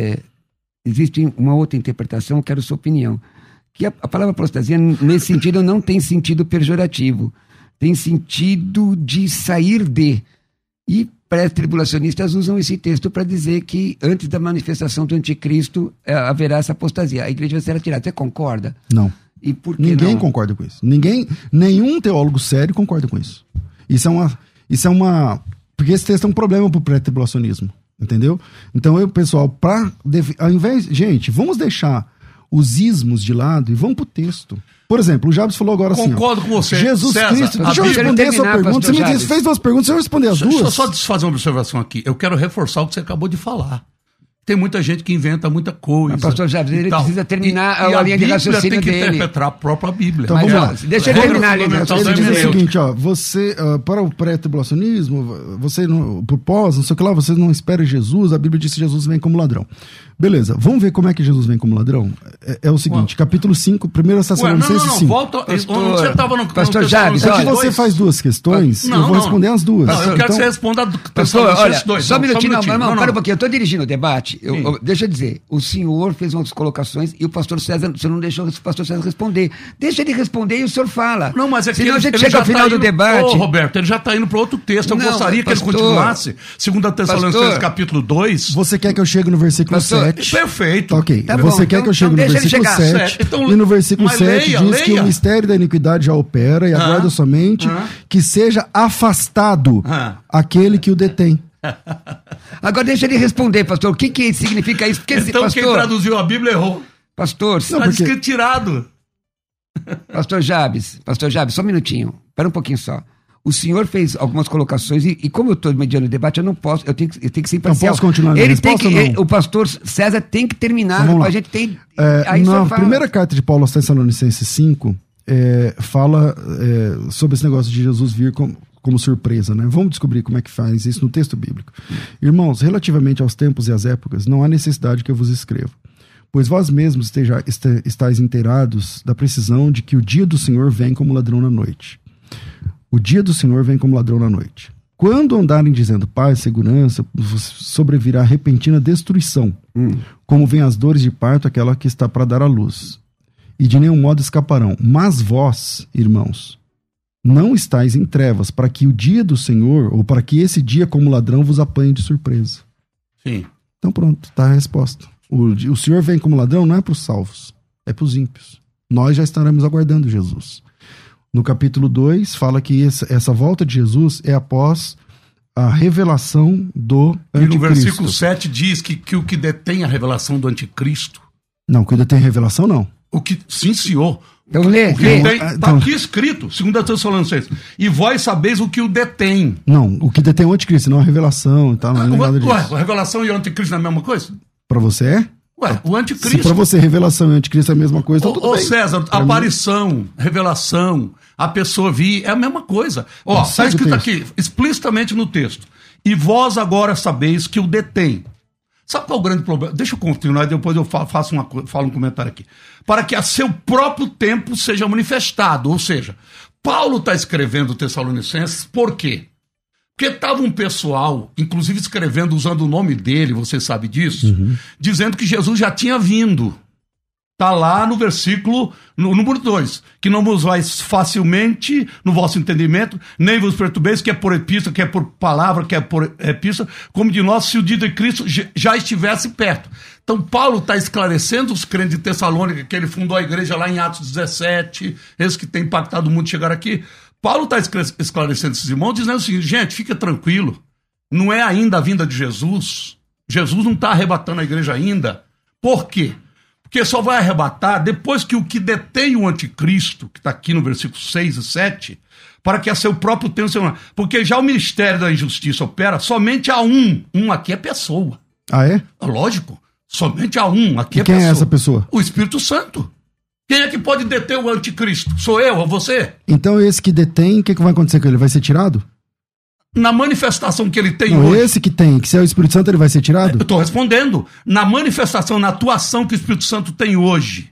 existe uma outra interpretação, eu quero sua opinião. Que a palavra apostasia, nesse sentido, não tem sentido pejorativo. Tem sentido de sair de. E pré-tribulacionistas usam esse texto para dizer que antes da manifestação do anticristo haverá essa apostasia. A igreja vai ser retirada. Você concorda? Não. E por que Ninguém não? concorda com isso. Nenhum teólogo sério concorda com isso. Isso é uma... Porque esse texto é um problema pro pré-tribulacionismo. Entendeu? Então, pessoal, ao invés... Gente, vamos deixar os ismos de lado e vamos pro texto. Por exemplo, o Jabes falou agora assim... Concordo com você. Jesus César, Cristo... Deixa eu responder a sua pergunta. Você me fez duas perguntas, deixa eu responder as duas. Deixa eu só fazer uma observação aqui. Eu quero reforçar o que você acabou de falar. Tem muita gente que inventa muita coisa. Mas, pastor Jabes, ele precisa terminar a linha de raciocínio dele. Tem que interpretar a própria Bíblia. Então, Mas, vamos lá. deixa ele terminar a linha de Ele raciocínio diz o dele. seguinte, ó, você, para o pré-tribulacionismo, você, por pós, não sei o que lá, você não espera Jesus, a Bíblia diz que Jesus vem como ladrão. Beleza, vamos ver como é que Jesus vem como ladrão? É o seguinte, capítulo 5, 1 Tessalonicenses 5. Volta, você estava no Pastor Jabes, É que você faz duas questões, eu vou responder as duas. Não, eu quero que você responda Pastor, olha, 2. só um minutinho, não, para um pouquinho, eu estou dirigindo o debate, deixa eu dizer, o senhor fez umas colocações e o pastor César, você não deixou o pastor César responder. Deixa ele responder e o senhor fala. Não, mas é que senão a gente ele chega ao final do debate. Ô, Roberto, ele já está indo para outro texto. Eu gostaria que ele continuasse. 2 Tessalonicenses capítulo 2. Você quer que eu chegue no versículo 7? Perfeito. Tá, ok. Tá Você bom, quer que eu chegue no versículo 7? Então, e no versículo 7 diz leia. que o mistério da iniquidade já opera e aguarda somente que seja afastado aquele que o detém. Agora deixa ele responder, pastor. O que significa isso? Porque Então pastor, quem traduziu a Bíblia errou. Pastor, Está escrito tirado. Pastor Jabes, só um minutinho. Espera um pouquinho só. O senhor fez algumas colocações e como eu estou mediando o debate, eu tenho que ser imparcial. Não posso continuar na resposta, o pastor César tem que terminar. Então, A gente tem... na primeira carta de Paulo aos Tessalonicenses 5, fala sobre esse negócio de Jesus vir como surpresa, né? Vamos descobrir como é que faz isso no texto bíblico. Irmãos, relativamente aos tempos e às épocas, não há necessidade que eu vos escreva, pois vós mesmos estáis inteirados da precisão de que o dia do Senhor vem como ladrão na noite. O dia do Senhor vem como ladrão na noite. Quando andarem dizendo paz, segurança, sobrevirá repentina destruição, como vem as dores de parto aquela que está para dar à luz. E de nenhum modo escaparão. Mas vós, irmãos, não estáis em trevas, para que o dia do Senhor, ou para que esse dia como ladrão vos apanhe de surpresa. Sim. Então pronto, está a resposta. O Senhor vem como ladrão não é para os salvos, é para os ímpios. Nós já estaremos aguardando Jesus. No capítulo 2, fala que essa volta de Jesus é após a revelação do anticristo. E no versículo 7 diz que o que detém a revelação do anticristo... Não, que detém a revelação, não. Sim, senhor. Então lê. Está aqui escrito, 2 Tessalonicenses. E vós sabeis o que o detém. Não, o que detém é o anticristo, não a revelação e tal. Não é nada disso. Ué, a revelação e o anticristo não é a mesma coisa? Pra você é? Ué, o anticristo... Se pra você revelação e anticristo é a mesma coisa, então tudo bem. César, aparição, revelação, a pessoa vir, é a mesma coisa. Está escrito aqui, explicitamente no texto. E vós agora sabeis que o detém. Sabe qual é o grande problema? Deixa eu continuar e depois eu falo um comentário aqui. Para que a seu próprio tempo seja manifestado. Ou seja, Paulo está escrevendo Tessalonicenses por quê? Porque estava um pessoal, inclusive escrevendo, usando o nome dele, você sabe disso, dizendo que Jesus já tinha vindo. Está lá no versículo, no número 2, que não vos vais facilmente no vosso entendimento, nem vos perturbeis, que é por epístola, que é por palavra, que é por epístola, como de nós, se o dia de Cristo já estivesse perto. Então Paulo está esclarecendo os crentes de Tessalônica, que ele fundou a igreja lá em Atos 17, esses que têm impactado o mundo chegar aqui. Paulo está esclarecendo esses irmãos, dizendo o seguinte: gente, fica tranquilo, não é ainda a vinda de Jesus. Jesus não está arrebatando a igreja ainda. Por quê? Porque só vai arrebatar depois que o que detém o anticristo, que está aqui no versículo 6 e 7, para que a seu próprio tempo... Porque já o ministério da injustiça opera somente a um. Um aqui é pessoa. Ah, é? Lógico. Somente a um aqui é pessoa. Quem é essa pessoa? O Espírito Santo. Quem é que pode deter o anticristo? Sou eu ou você? Então esse que detém, o que vai acontecer com ele? Vai ser tirado? Na manifestação que ele tem não, hoje... Esse que tem, que se é o Espírito Santo, ele vai ser tirado? Eu estou respondendo. Na manifestação, na atuação que o Espírito Santo tem hoje,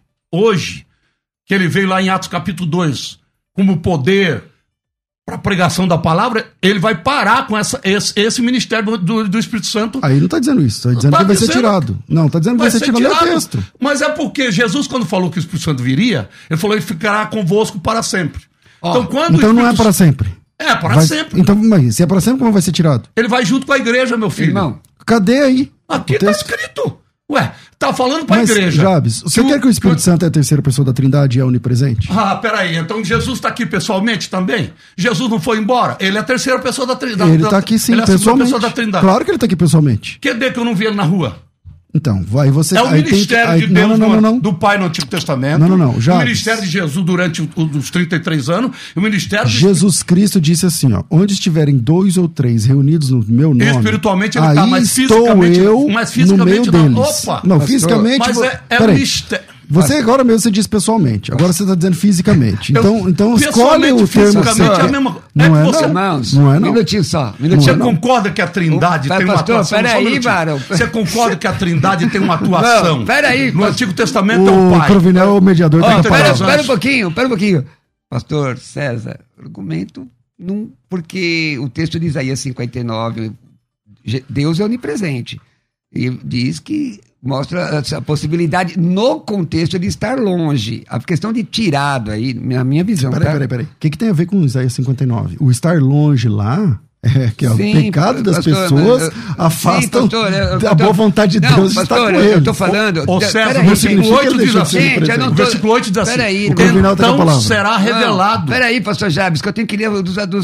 que ele veio lá em Atos capítulo 2, como poder para a pregação da palavra, ele vai parar com esse ministério do Espírito Santo. Aí não está dizendo isso, está dizendo que vai ser tirado. Não, está dizendo que vai ser tirado no texto. Mas é porque Jesus, quando falou que o Espírito Santo viria, ele falou que ele ficará convosco para sempre. Então não é para sempre. É, para sempre. Então, mas se é para sempre, como vai ser tirado? Ele vai junto com a igreja, meu filho. Irmão, cadê aí? Aqui está escrito. Ué, tá falando para a igreja. Jabes, você quer que o Espírito Santo é a terceira pessoa da Trindade e é onipresente? Peraí, então Jesus está aqui pessoalmente também? Jesus não foi embora? Ele é a terceira pessoa da Trindade. Ele está aqui sim, ele é a pessoalmente. pessoa da Trindade. Claro que ele está aqui pessoalmente. Que dia que eu não vi ele na rua? Então, aí você... É o ministério de Deus do Pai no Antigo Testamento. Não. Já, o ministério de Jesus durante os 33 anos. E o ministério de... Jesus Cristo disse assim, ó. Onde estiverem 2 ou 3 reunidos no meu nome... Espiritualmente ele aí está, mas fisicamente... Mas fisicamente no meio deles. Opa! Não, fisicamente... Mas é o ministério... Você agora mesmo você diz pessoalmente, agora você está dizendo fisicamente. Então escolhe o termo que você é a quer. mesma... Não é não. Minutinho só. Você concorda que a Trindade tem uma atuação? Peraí, Varão. Você concorda que a Trindade tem uma atuação? Peraí. No Antigo Testamento é o Pai. O Cruvinel é o mediador. Pera um pouquinho. Pastor César, argumento, não, porque o texto de Isaías 59, Deus é onipresente. E diz que mostra a possibilidade no contexto de estar longe. A questão de tirado aí, na minha visão. Peraí. O que tem a ver com Isaías 59? O estar longe lá que o pecado das pessoas afasta a boa vontade de Deus de estar com eles. Eu estou falando... O versículo 8 diz assim, o versículo 8 diz assim, então será revelado. Peraí, pastor Jabes, que eu tenho que ler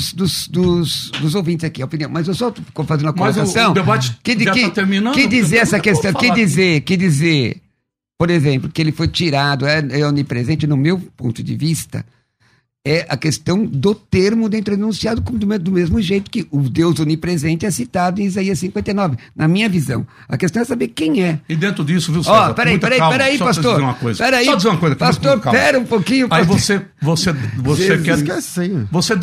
dos ouvintes aqui, a opinião. Mas eu só estou fazendo uma colocação. O debate já está terminando. Que dizer essa questão, que dizer, por exemplo, que ele foi tirado, é onipresente, no meu ponto de vista... É a questão do termo dentro do enunciado, do mesmo jeito que o Deus onipresente é citado em Isaías 59, na minha visão. A questão é saber quem é. E dentro disso, viu, César? Peraí, pastor. Só dizer uma coisa. Pastor, pera um pouquinho. Aí você quer... Você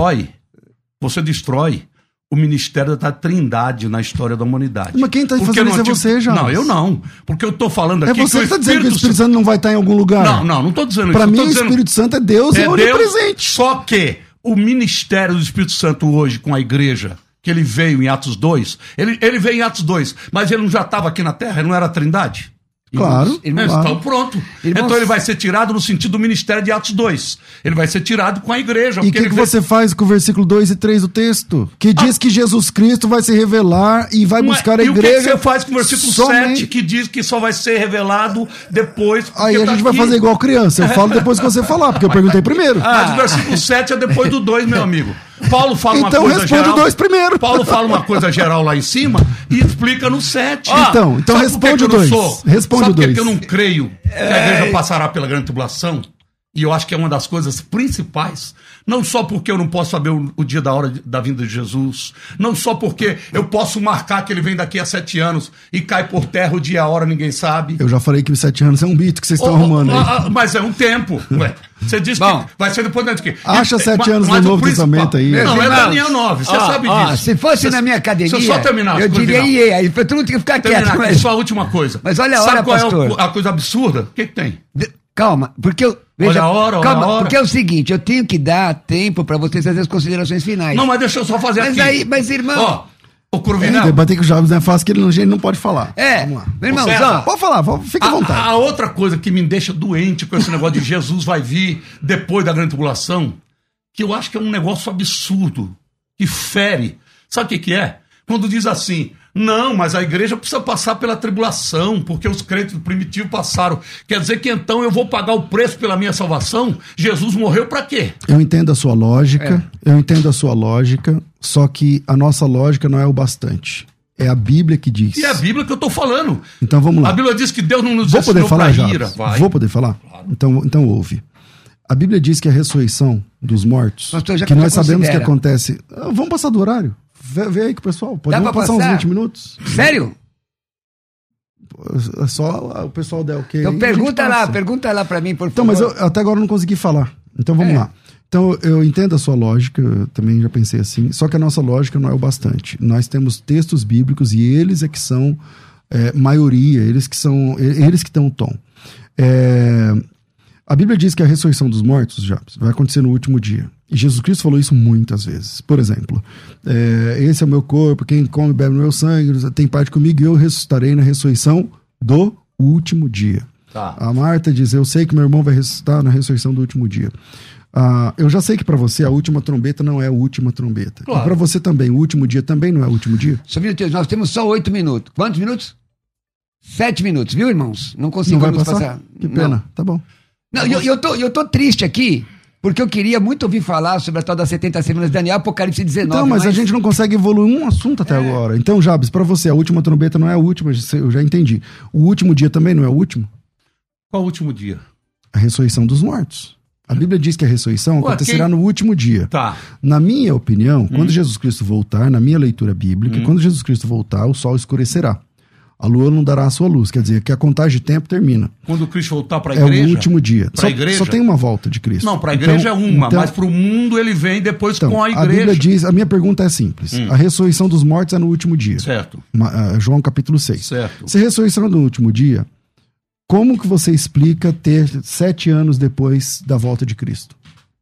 destrói o ministério da Trindade na história da humanidade. Mas quem está fazendo isso é você, já. Não, eu não. Porque eu estou falando aqui... É você que está dizendo que o Espírito Santo não vai estar em algum lugar. Não estou dizendo isso. Para mim, o Espírito Santo é Deus e é onipresente. Só que o ministério do Espírito Santo hoje com a igreja, que ele veio em Atos 2, ele veio em Atos 2, mas ele não já estava aqui na Terra? Ele não era a Trindade? Claro. Então pronto. Então ele vai ser tirado no sentido do ministério de Atos 2. Ele vai ser tirado com a igreja. E o que você faz com o versículo 2 e 3 do texto? Que diz que Jesus Cristo vai se revelar e vai buscar a igreja. E o que você faz com o versículo 7, que diz que só vai ser revelado depois? Aí a gente vai fazer igual criança. Eu falo depois que você falar, porque eu perguntei primeiro. Mas o versículo 7 é depois do 2, meu amigo. Paulo fala uma coisa geral. Então responde o 2 primeiro. Paulo fala uma coisa geral lá em cima e explica no 7. Então responde o 2. Responde o 2. Sabe por que eu não creio que a igreja passará pela grande tribulação? E eu acho que é uma das coisas principais. Não só porque eu não posso saber o dia da hora da vinda de Jesus. Não só porque eu posso marcar que ele vem daqui a 7 anos e cai por terra o dia e a hora, ninguém sabe. Eu já falei que os 7 anos é um mito que vocês estão arrumando aí. Mas é um tempo. Ué. Você disse que vai ser depois de quê? Acha 7 anos no Novo Testamento aí. Não, é Daniel 9, você sabe disso. Se fosse na minha academia, se eu só terminar, eu diria IE, aí todo mundo tem que ficar quieto. Mas... Só a última coisa. Mas olha a hora, pastor. Sabe qual é a coisa absurda? O que tem? Calma, porque eu... Veja, olha a hora. Porque é o seguinte, eu tenho que dar tempo para vocês fazer as considerações finais. Não, mas deixa eu só fazer aqui. Mas irmão... O Cruvinel... debater com o Jabes não é fácil, que ele não pode falar. Vamos lá. Meu irmão, pode falar, fica à vontade. A outra coisa que me deixa doente com esse negócio de Jesus vai vir depois da grande tribulação, que eu acho que é um negócio absurdo, que fere. Sabe o que é? Quando diz assim... Não, mas a igreja precisa passar pela tribulação, porque os crentes primitivos passaram. Quer dizer que então eu vou pagar o preço pela minha salvação? Jesus morreu para quê? Eu entendo a sua lógica, só que a nossa lógica não é o bastante. É a Bíblia que diz. E é a Bíblia que eu estou falando. Então vamos lá. A Bíblia diz que Deus não nos ensinou para ira. Vou poder falar? Claro. Então ouve. A Bíblia diz que a ressurreição dos mortos, que nós sabemos que acontece... Vamos passar do horário. Vê aí com o pessoal. Podemos passar uns 20 minutos? Sério? É só o pessoal der o quê? Então pergunta lá pra mim, por favor. Então, mas eu até agora não consegui falar. Então vamos lá. Então eu entendo a sua lógica, eu também já pensei assim, só que a nossa lógica não é o bastante. Nós temos textos bíblicos e eles é que são maioria, eles que dão o tom. A Bíblia diz que a ressurreição dos mortos já vai acontecer no último dia. E Jesus Cristo falou isso muitas vezes. Por exemplo, esse é o meu corpo, quem come e bebe no meu sangue, tem parte comigo e eu ressuscitarei na ressurreição do último dia. Tá. A Marta diz, eu sei que meu irmão vai ressuscitar na ressurreição do último dia. Eu já sei que para você a última trombeta não é a última trombeta. Claro. E para você também, o último dia também não é o último dia. Só minutinhos, nós temos só 8 minutos. Quantos minutos? 7 minutos, viu, irmãos? Não conseguimos passar. Que pena, tá bom. Não, eu tô triste aqui, porque eu queria muito ouvir falar sobre a tal das 70 semanas de Daniel, Apocalipse 19. Então, mas a gente não consegue evoluir um assunto até agora. Então, Jabes, pra você, a última trombeta não é a última, eu já entendi. O último dia também não é o último? Qual o último dia? A ressurreição dos mortos. A Bíblia diz que a ressurreição acontecerá no último dia. Tá. Na minha opinião, quando Jesus Cristo voltar, na minha leitura bíblica, quando Jesus Cristo voltar, o sol escurecerá. A lua não dará a sua luz, quer dizer, que a contagem de tempo termina. Quando Cristo voltar para a igreja? É o último dia. Só tem uma volta de Cristo. Não, para a igreja é uma, mas para o mundo ele vem depois com a igreja. A Bíblia diz, a minha pergunta é simples. A ressurreição dos mortos é no último dia. Certo. João capítulo 6. Certo. Se a ressurreição é no último dia, como que você explica ter 7 anos depois da volta de Cristo?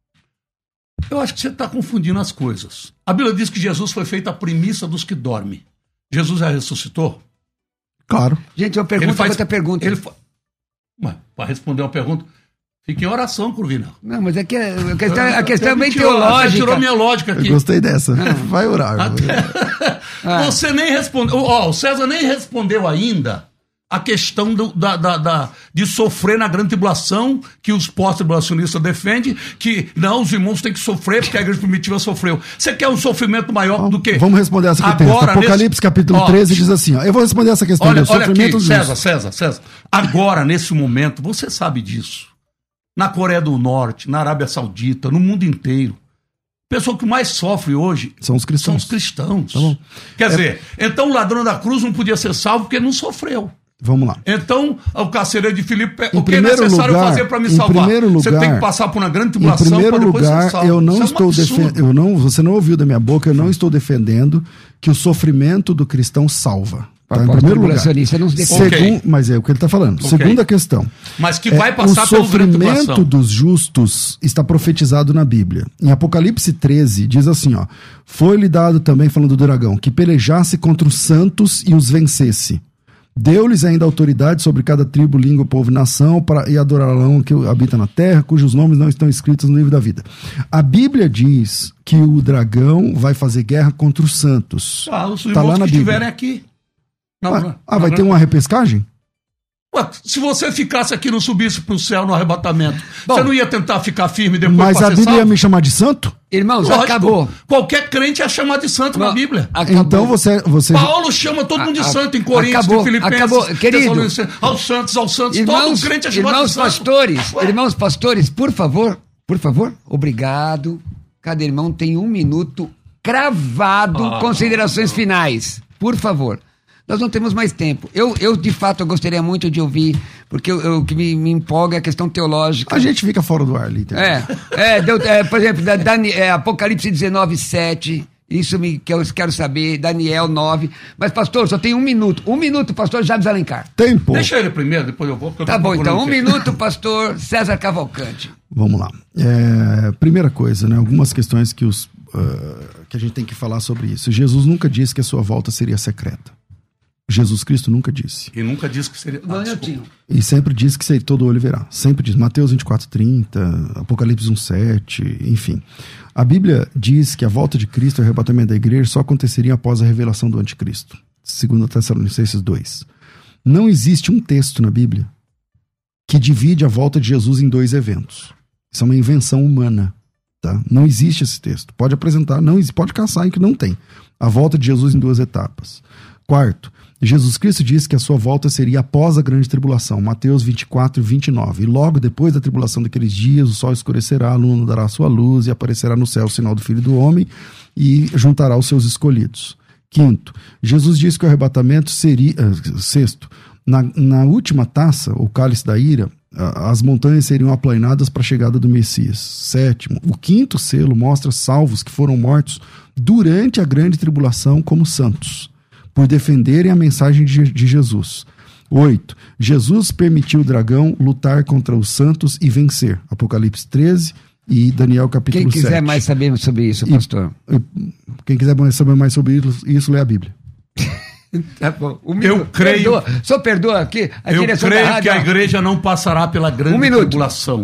Eu acho que você está confundindo as coisas. A Bíblia diz que Jesus foi feito a primícia dos que dormem. Jesus já ressuscitou? Claro. Gente, eu pergunto outra pergunta. Para responder uma pergunta, fique em oração, Cruvinel. Não, mas é que a questão é bem teológica. Você tirou minha lógica aqui. Eu gostei dessa. Vai orar. Você nem respondeu. O César nem respondeu ainda a questão de sofrer na grande tribulação, que os pós-tribulacionistas defendem, que não, os irmãos têm que sofrer porque a igreja primitiva sofreu. Você quer um sofrimento maior do que... Vamos responder essa questão. Apocalipse capítulo 13 diz assim, ó, eu vou responder essa questão do sofrimento aqui, César. Agora, nesse momento, você sabe disso. Na Coreia do Norte, na Arábia Saudita, no mundo inteiro, a pessoa que mais sofre hoje são os cristãos. Tá bom. Quer dizer, então o ladrão da cruz não podia ser salvo porque não sofreu. Vamos lá. Então, o carcereiro de Filipe, o que é necessário fazer para me salvar? Você tem que passar por uma grande tribulação para depois ser salvo. Eu não estou defendendo, você não ouviu da minha boca, eu não estou defendendo que o sofrimento do cristão salva. Tá, em primeiro lugar. Mas é o que ele está falando. Segunda questão. Mas que vai passar pelo grande tribulação. O sofrimento dos justos está profetizado na Bíblia. Em Apocalipse 13, diz assim, ó. Foi-lhe dado também, falando do dragão, que pelejasse contra os santos e os vencesse. Deu-lhes ainda autoridade sobre cada tribo, língua, povo e nação, e adorarão que habita na terra, cujos nomes não estão escritos no livro da vida. A Bíblia diz que o dragão vai fazer guerra contra os santos. Os irmãos lá na que estiverem aqui. Vai ter uma repescagem? Se você ficasse aqui e não subisse para o céu no arrebatamento, você não ia tentar ficar firme depois para ser salvo? Mas a Bíblia ia me chamar de santo? Irmãos, acabou. Qualquer crente é chamado de santo na Bíblia. Acabou. Então você... Paulo chama todo mundo de santo em Coríntios, em Filipenses, querido. Aos santos, irmãos, todo crente é chamado de santo. Irmãos pastores, por favor, obrigado. Cada irmão tem 1 minuto cravado, considerações finais. Por favor. Nós não temos mais tempo. Eu de fato, eu gostaria muito de ouvir, porque o que me empolga é a questão teológica. A gente fica fora do ar ali. Por exemplo, Apocalipse 19, 7, isso que eu quero saber, Daniel 9. Mas, pastor, só tem 1 minuto. 1 minuto, pastor Jabes Alencar. Tempo. Deixa ele primeiro, depois eu vou. Tá bom, então, 1 minuto, pastor César Cavalcante. Vamos lá. Primeira coisa, né? Algumas questões que a gente tem que falar sobre isso. Jesus nunca disse que a sua volta seria secreta. Jesus Cristo nunca disse. E nunca disse que seria... E sempre disse que todo olho verá. Sempre diz. Mateus 24:30, Apocalipse 1:7, enfim. A Bíblia diz que a volta de Cristo e o arrebatamento da igreja só aconteceria após a revelação do anticristo. 2 Tessalonicenses 2. Não existe um texto na Bíblia que divide a volta de Jesus em 2 eventos. Isso é uma invenção humana. Tá? Não existe esse texto. Pode apresentar, pode caçar em que não tem. A volta de Jesus em 2 etapas. Quarto, Jesus Cristo disse que a sua volta seria após a grande tribulação, Mateus 24:29. E logo depois da tribulação daqueles dias, o sol escurecerá, a lua dará a sua luz e aparecerá no céu o sinal do Filho do Homem e juntará os seus escolhidos. Quinto, Jesus disse que o arrebatamento seria... Sexto, na última taça, o cálice da ira, as montanhas seriam aplainadas para a chegada do Messias. Sétimo, o 5º selo mostra salvos que foram mortos durante a grande tribulação como santos, por defenderem a mensagem de Jesus. 8. Jesus permitiu o dragão lutar contra os santos e vencer. Apocalipse 13 e Daniel capítulo 7. Quem quiser mais saber sobre isso, pastor? Quem quiser saber mais sobre isso, lê a Bíblia. Tá bom. Eu creio... Só perdoa aqui. Eu creio que a igreja não passará pela grande tribulação.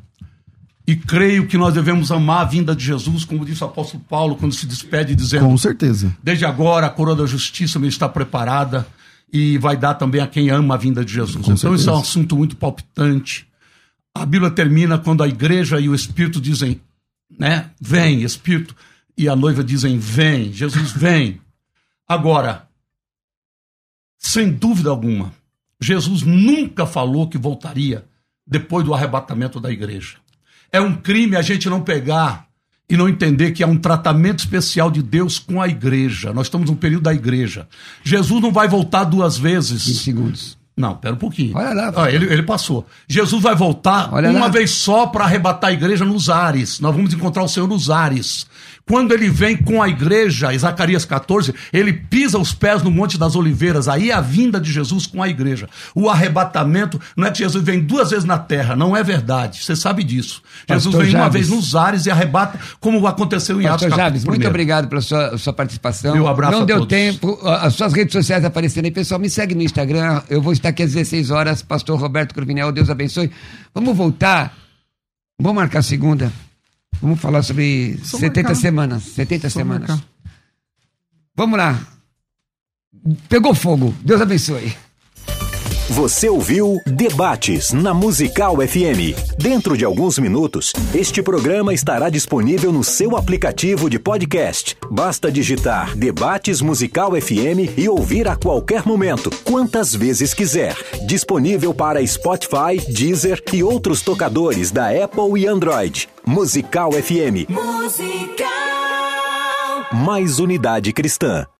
E creio que nós devemos amar a vinda de Jesus, como disse o apóstolo Paulo, quando se despede, dizendo... Com certeza. Desde agora a coroa da justiça me está preparada e vai dar também a quem ama a vinda de Jesus. Então isso é um assunto muito palpitante. A Bíblia termina quando a igreja e o Espírito dizem, né? Vem, Espírito. E a noiva dizem, vem, Jesus vem. Agora, sem dúvida alguma, Jesus nunca falou que voltaria depois do arrebatamento da igreja. É um crime a gente não pegar e não entender que há um tratamento especial de Deus com a igreja. Nós estamos no período da igreja. Jesus não vai voltar 2 vezes. 20 segundos. Não, pera um pouquinho. Olha lá. Ele passou. Jesus vai voltar uma vez só para arrebatar a igreja nos ares. Nós vamos encontrar o Senhor nos ares. Quando ele vem com a igreja, em Zacarias 14, ele pisa os pés no Monte das Oliveiras. Aí é a vinda de Jesus com a igreja. O arrebatamento não é que Jesus vem 2 vezes na terra. Não é verdade. Você sabe disso. Jesus vem uma vez nos ares e arrebata, como aconteceu em Atos 14. Muito obrigado pela sua participação. Meu abraço a todos. Não deu tempo. As suas redes sociais aparecendo aí. Pessoal, me segue no Instagram. Eu vou estar aqui às 16 horas. Pastor Roberto Cruvinel. Deus abençoe. Vamos voltar. Vamos marcar segunda. Vamos falar sobre 70 semanas. 70 semanas. Marcar. Vamos lá. Pegou fogo. Deus abençoe. Você ouviu Debates na Musical FM. Dentro de alguns minutos, este programa estará disponível no seu aplicativo de podcast. Basta digitar Debates Musical FM e ouvir a qualquer momento, quantas vezes quiser. Disponível para Spotify, Deezer e outros tocadores da Apple e Android. Musical FM. Musical. Mais unidade cristã.